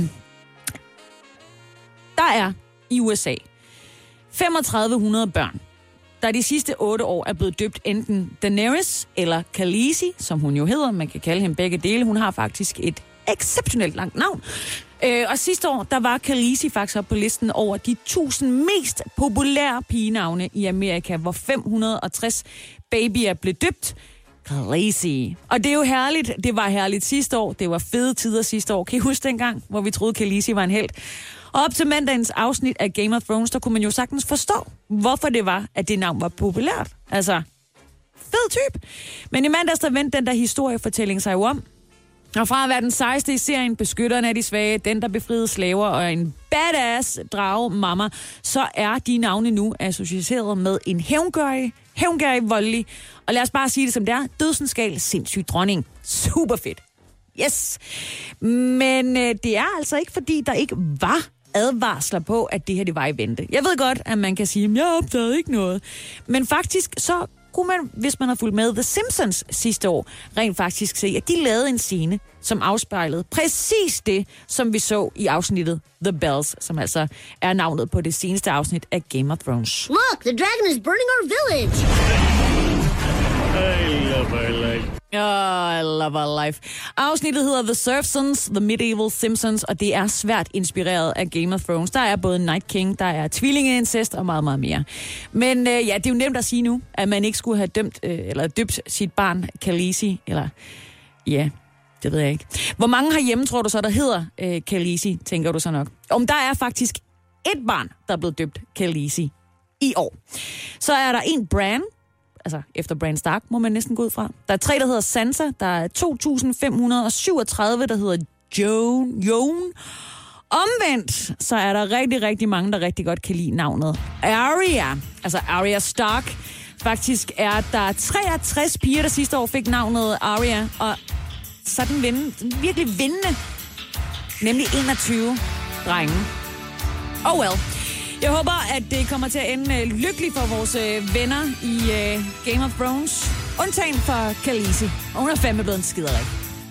Der er i U S A femogtredive hundrede børn, der de sidste otte år er blevet døbt enten Daenerys eller Khaleesi, som hun jo hedder. Man kan kalde hende begge dele. Hun har faktisk et exceptionelt langt navn. Øh, og sidste år, der var Khaleesi faktisk op på listen over de tusind mest populære pigenavne i Amerika, hvor fem hundrede og tres babyer blev døbt Khaleesi. Og det er jo herligt. Det var herligt sidste år. Det var fede tider sidste år. Kan I huske dengang, hvor vi troede, Khaleesi var en helt? Og op til mandagens afsnit af Game of Thrones, der kunne man jo sagtens forstå, hvorfor det var, at det navn var populært. Altså, fed type. Men i mandags, der vendte den der historiefortælling sig jo om. Og fra at være den sejeste i serien, beskytteren af de svage, den der befriede slaver og en badass drage mamma, så er de navne nu associeret med en hævngørig, hævngørig voldelig, og lad os bare sige det som det er, dødsensgal sindssyg dronning. Super fedt. Yes. Men øh, det er altså ikke, fordi der ikke var advarsler på, at det her det var i vente. Jeg ved godt, at man kan sige, at jeg opdagede ikke noget. Men faktisk så kunne man, hvis man har fulgt med The Simpsons sidste år, rent faktisk se, at de lavede en scene, som afspejlede præcis det, som vi så i afsnittet The Bells, som altså er navnet på det seneste afsnit af Game of Thrones. Look, the dragon is burning our village! I love our life. Oh, I love our life. Afsnittet hedder The Serfsons, The Medieval Simpsons, og det er svært inspireret af Game of Thrones. Der er både Night King, der er tvillingeincest og meget, meget mere. Men øh, ja, det er jo nemt at sige nu, at man ikke skulle have dømt, øh, eller døbt sit barn Khaleesi, eller ja, det ved jeg ikke. Hvor mange herhjemme tror du så, der hedder øh, Khaleesi, tænker du så nok? Om der er faktisk et barn, der er blevet døbt Khaleesi. i år. Så er der en Bran, altså efter Bran Stark må man næsten gå ud fra. Der er tre, der hedder Sansa. Der er to tusind fem hundrede syvogtredive, der hedder Jon. Jon. Omvendt, så er der rigtig, rigtig mange, der rigtig godt kan lide navnet Arya. Altså Arya Stark. Faktisk er der treogtres piger, der sidste år fik navnet Arya. Og så er den, vinde, den virkelig vindende. Nemlig enogtyve drenge. Oh well. Jeg håber, at det kommer til at ende lykkeligt for vores øh, venner i øh, Game of Thrones. Undtagen for Khaleesi. Og hun er fandme blevet en skiderik.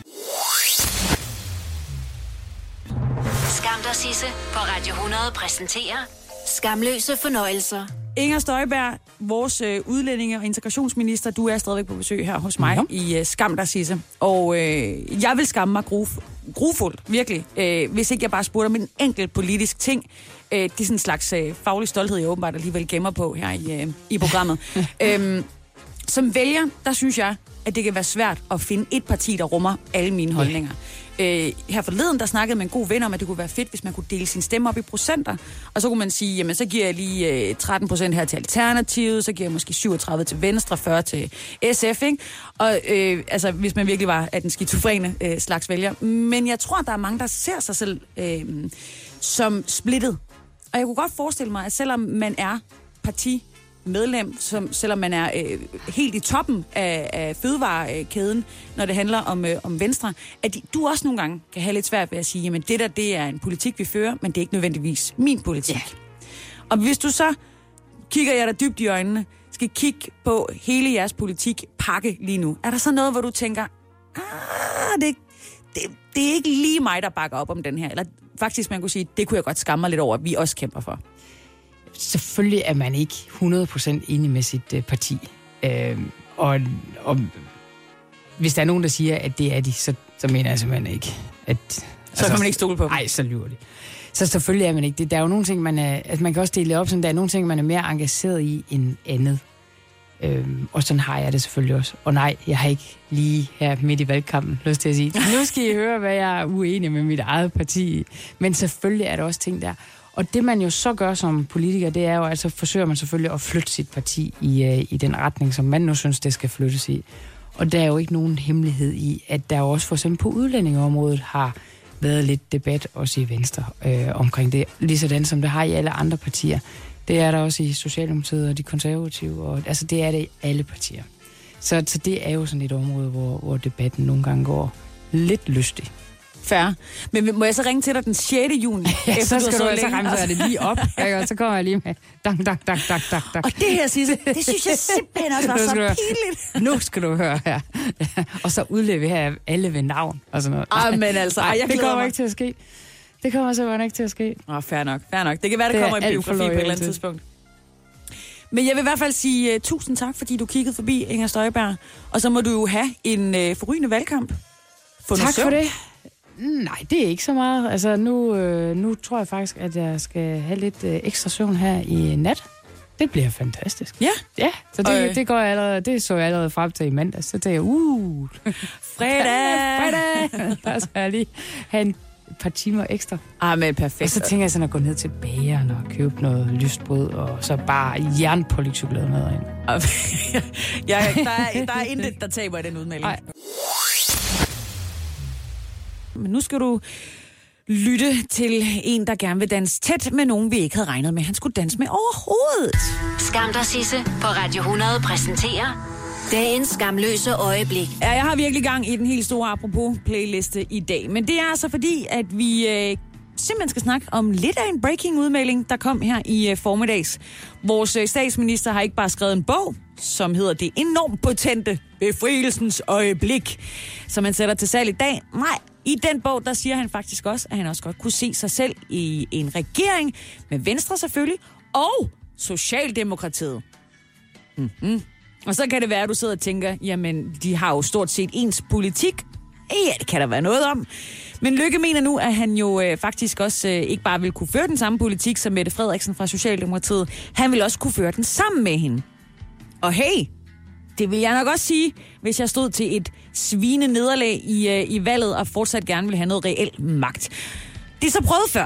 Skam dig, Sisse på Radio hundrede præsenterer Skamløse fornøjelser. Inger Støjberg, vores øh, udlændinge- og integrationsminister, du er stadigvæk på besøg her hos mig ja. i øh, Skam dig, Sisse. Og øh, jeg vil skamme mig gruf, grufuldt, virkelig, øh, hvis ikke jeg bare spurgte om en enkelt politisk ting. Øh, det er sådan en slags øh, faglig stolthed, jeg åbenbart alligevel gemmer på her i, øh, i programmet. øhm, som vælger, der synes jeg, at det kan være svært at finde et parti, der rummer alle mine holdninger. Øh, her forleden, der snakkede med en god ven om, at det kunne være fedt, hvis man kunne dele sin stemme op i procenter. Og så kunne man sige, jamen så giver jeg lige øh, tretten procent her til Alternativet, så giver jeg måske syvogtredive til Venstre, fyrre til S F, ikke? Og øh, altså, hvis man virkelig var af den skizofrene øh, slags vælger. Men jeg tror, der er mange, der ser sig selv øh, som splittet. Og jeg kunne godt forestille mig, at selvom man er parti medlem, som, selvom man er øh, helt i toppen af, af fødevarekæden, når det handler om, øh, om Venstre, at de, du også nogle gange kan have lidt svært ved at sige, jamen det der, det er en politik, vi fører, men det er ikke nødvendigvis min politik. Yeah. Og hvis du så kigger jeg dig dybt i øjnene, skal kigge på hele jeres politik pakke lige nu, er der så noget, hvor du tænker, ah, det, det, det er ikke lige mig, der bakker op om den her, eller faktisk man kunne sige, det kunne jeg godt skamme mig lidt over, at vi også kæmper for. Selvfølgelig er man ikke hundrede procent enig med sit øh, parti. Øh, og, og hvis der er nogen, der siger, at det er de, så, så mener jeg simpelthen ikke. At, så altså, kan man ikke stole på dem? Nej, så lyver de. Så selvfølgelig er man ikke det. Der er jo nogle ting, man er... Altså, man kan også dele op, sådan der er nogle ting, man er mere engageret i end andet. Øh, og sådan har jeg det selvfølgelig også. Og nej, jeg har ikke lige her midt i valgkampen lyst til at sige, nu skal I høre, hvad jeg er uenig med mit eget parti i. Men selvfølgelig er der også ting der. Og det, man jo så gør som politiker, det er jo, altså forsøger man selvfølgelig at flytte sit parti i, øh, i den retning, som man nu synes, det skal flyttes i. Og der er jo ikke nogen hemmelighed i, at der jo også for eksempel på udlændingeområdet har været lidt debat, også i Venstre, øh, omkring det. Ligesådan som det har i alle andre partier. Det er der også i Socialdemokratiet og de konservative, og altså det er det i alle partier. Så, så det er jo sådan et område, hvor, hvor debatten nogle gange går lidt lystig. Fair. Men må jeg så ringe til dig den sjette juni? Ja, så skal du altså ramse det lige op. Og så kommer jeg lige med dang, dang, dang, dang, dang, dang. Og det her, Sisse, det synes jeg simpelthen også var så pinligt. Nu skal du høre her. Ja. Og så udlever her alle ved navn og sådan noget. Ah, men altså, nej, jeg det kommer mig. ikke til at ske. Det kommer simpelthen ikke til at ske. Åh, oh, fair nok, fair nok. Det kan være, det, det kommer i biografi på et eller andet tidspunkt. Men jeg vil i hvert fald sige uh, tusind tak, fordi du kiggede forbi, Inger Støjberg. Og så må du jo have en uh, forrygende valgkamp. For tak for det. Nej, det er ikke så meget. Altså, nu, øh, nu tror jeg faktisk, at jeg skal have lidt øh, ekstra søvn her i nat. Det bliver fantastisk. Ja? Ja, så det, det, går jeg allerede, det så jeg allerede frem til i mandag. Så tænker jeg, uh, fredag! fredag! Der skal jeg lige have en par timer ekstra. Ah, men perfekt. Og så tænker jeg sådan at gå ned til bageren og købe noget lyst brød, og så bare jernpålæg chokolade med ind. ja, der, er, der er intet, der taber i den udmelding. Nej. Men nu skal du lytte til en, der gerne vil danse tæt med nogen, vi ikke havde regnet med, han skulle danse med overhovedet. Skam dig, Sisse på Radio hundrede præsenterer dagens skamløse øjeblik. Ja, jeg har virkelig gang i den helt store apropos playliste i dag. Men det er altså fordi, at vi øh, simpelthen skal snakke om lidt af en breaking udmelding, der kom her i øh, formiddags. Vores øh, statsminister har ikke bare skrevet en bog, som hedder Det enormt potente befrielsens øjeblik, som han sætter til salg i dag. Nej, i den bog, der siger han faktisk også, at han også godt kunne se sig selv i en regering med Venstre selvfølgelig, og Socialdemokratiet. Mm-hmm. Og så kan det være, at du sidder og tænker, jamen, de har jo stort set ens politik. Ja, det kan der være noget om. Men Løkke mener nu, at han jo øh, faktisk også øh, ikke bare vil kunne føre den samme politik som Mette Frederiksen fra Socialdemokratiet. Han vil også kunne føre den sammen med hende. Og hey, det vil jeg nok også sige, hvis jeg stod til et svine nederlag i, øh, i valget og fortsat gerne vil have noget reel magt. Det er så prøvet før.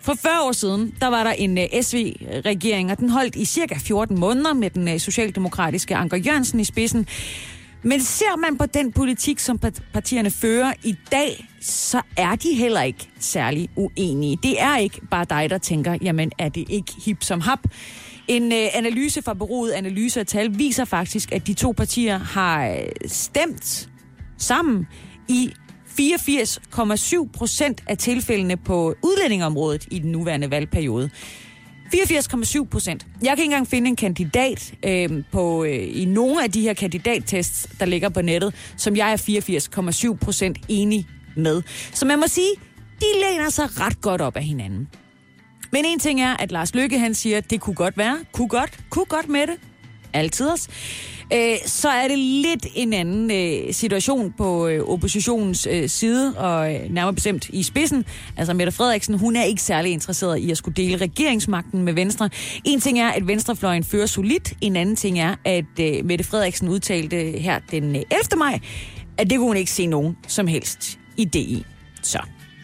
For fyrre år siden, der var der en uh, S V-regering, og den holdt i cirka fjorten måneder med den uh, socialdemokratiske Anker Jørgensen i spidsen. Men ser man på den politik, som partierne fører i dag, så er de heller ikke særlig uenige. Det er ikke bare dig, der tænker, jamen er det ikke hip som hap? En øh, analyse fra bureauet Analyse af Tal viser faktisk, at de to partier har øh, stemt sammen i fireogfirs komma syv procent af tilfældene på udlændingeområdet i den nuværende valgperiode. fireogfirs komma syv procent. Jeg kan ikke engang finde en kandidat øh, på, øh, i nogle af de her kandidattests, der ligger på nettet, som jeg er fireogfirs komma syv procent enig med. Så man må sige, de læner sig ret godt op af hinanden. Men en ting er, at Lars Løkke han siger, at det kunne godt være, kunne godt, kunne godt med det, altid os. Øh, så er det lidt en anden øh, situation på øh, oppositionens øh, side, og øh, nærmere bestemt i spidsen. Altså Mette Frederiksen, hun er ikke særlig interesseret i at skulle dele regeringsmagten med Venstre. En ting er, at venstrefløjen fører solidt. En anden ting er, at øh, Mette Frederiksen udtalte her den ellevte maj, at det kunne hun ikke se nogen som helst idé i. Så.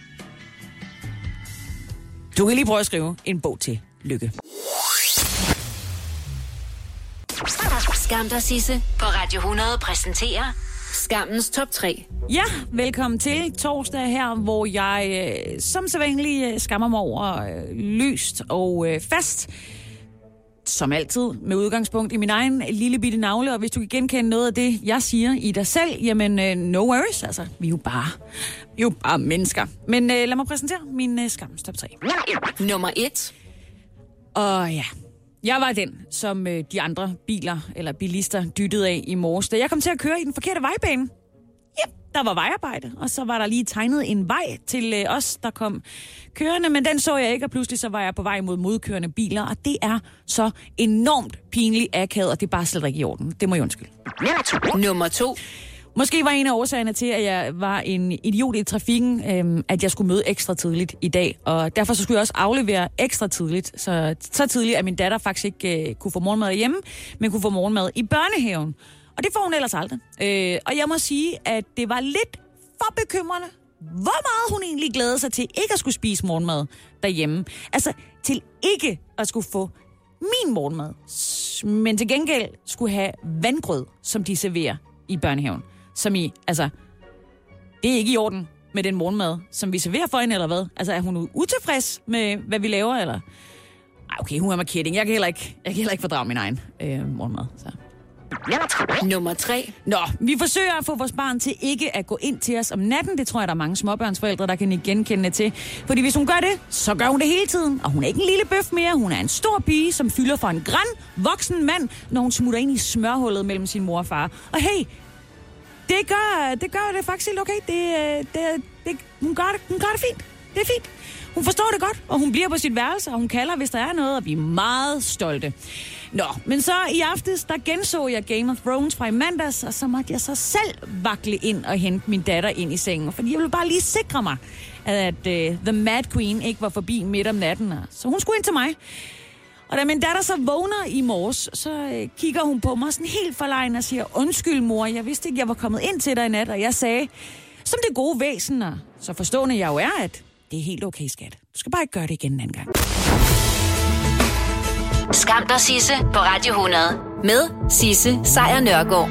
Du kan lige prøve at skrive en bog til Lykke. Skam dig, Sisse på Radio hundrede præsenterer Skammens top tre. Ja, velkommen til torsdag her, hvor jeg øh, som sædvanligt øh, skammer mig over øh, løst og øh, fast. Som altid med udgangspunkt i min egen lille bitte navle, og hvis du kan genkende noget af det, jeg siger i dig selv, jamen øh, no worries, altså vi er jo bare, vi er jo bare mennesker. Men øh, lad mig præsentere min øh, skammens top tre. Nummer et. Og ja, jeg var den, som øh, de andre biler eller bilister dyttede af i morges, da jeg kom til at køre i den forkerte vejbane. Yep, der var vejarbejde, og så var der lige tegnet en vej til øh, os, der kom kørende, men den så jeg ikke, og pludselig så var jeg på vej mod modkørende biler, og det er så enormt pinligt akavet, og det er bare slet ikke i orden. Det må jeg undskylde. Nummer to. Måske var en af årsagerne til, at jeg var en idiot i trafikken, øhm, at jeg skulle møde ekstra tidligt i dag. Og derfor så skulle jeg også aflevere ekstra tidligt. Så, så tidligt, at min datter faktisk ikke øh, kunne få morgenmad hjemme, men kunne få morgenmad i børnehaven. Og det får hun ellers aldrig. Øh, og jeg må sige, at det var lidt for bekymrende, hvor meget hun egentlig glædede sig til ikke at skulle spise morgenmad derhjemme. Altså til ikke at skulle få min morgenmad, men til gengæld skulle have vandgrød, som de serverer i børnehaven. Som i, altså, det er ikke i orden med den morgenmad, som vi serverer for hende, eller hvad? Altså, er hun utilfreds med, hvad vi laver, eller? Ej, okay, hun er mig kidding. Jeg kan heller ikke, jeg kan heller ikke fordrage min egen øh, morgenmad, så. Nummer tre. Nå, vi forsøger at få vores barn til ikke at gå ind til os om natten. Det tror jeg, der er mange småbørnsforældre, der kan genkende til. Fordi hvis hun gør det, så gør hun det hele tiden. Og hun er ikke en lille bøf mere. Hun er en stor pige, som fylder for en græn, voksen mand, når hun smutter ind i smørhullet mellem sin mor og far. Og hey, det gør det, gør det faktisk helt okay. Det, det, det, hun, gør det, hun gør det fint. Det er fint. Hun forstår det godt, og hun bliver på sit værelse, og hun kalder, hvis der er noget, og vi er meget stolte. Nå, men så i aftes, der genså jeg Game of Thrones fra i mandags, og så måtte jeg så selv vakle ind og hente min datter ind i sengen, fordi jeg ville bare lige sikre mig, at uh, The Mad Queen ikke var forbi midt om natten, så hun skulle ind til mig. Og da min datter så vågner i morges, så uh, kigger hun på mig sådan helt forlegen og siger, undskyld mor, jeg vidste ikke, jeg var kommet ind til dig i nat, og jeg sagde, som det gode væsen, og så forstående jeg jo er, at det er helt okay, skat. Du skal bare ikke gøre det igen en anden gang. Skam dig, Sisse på Radio hundrede med Sisse Sejr Nørgaard.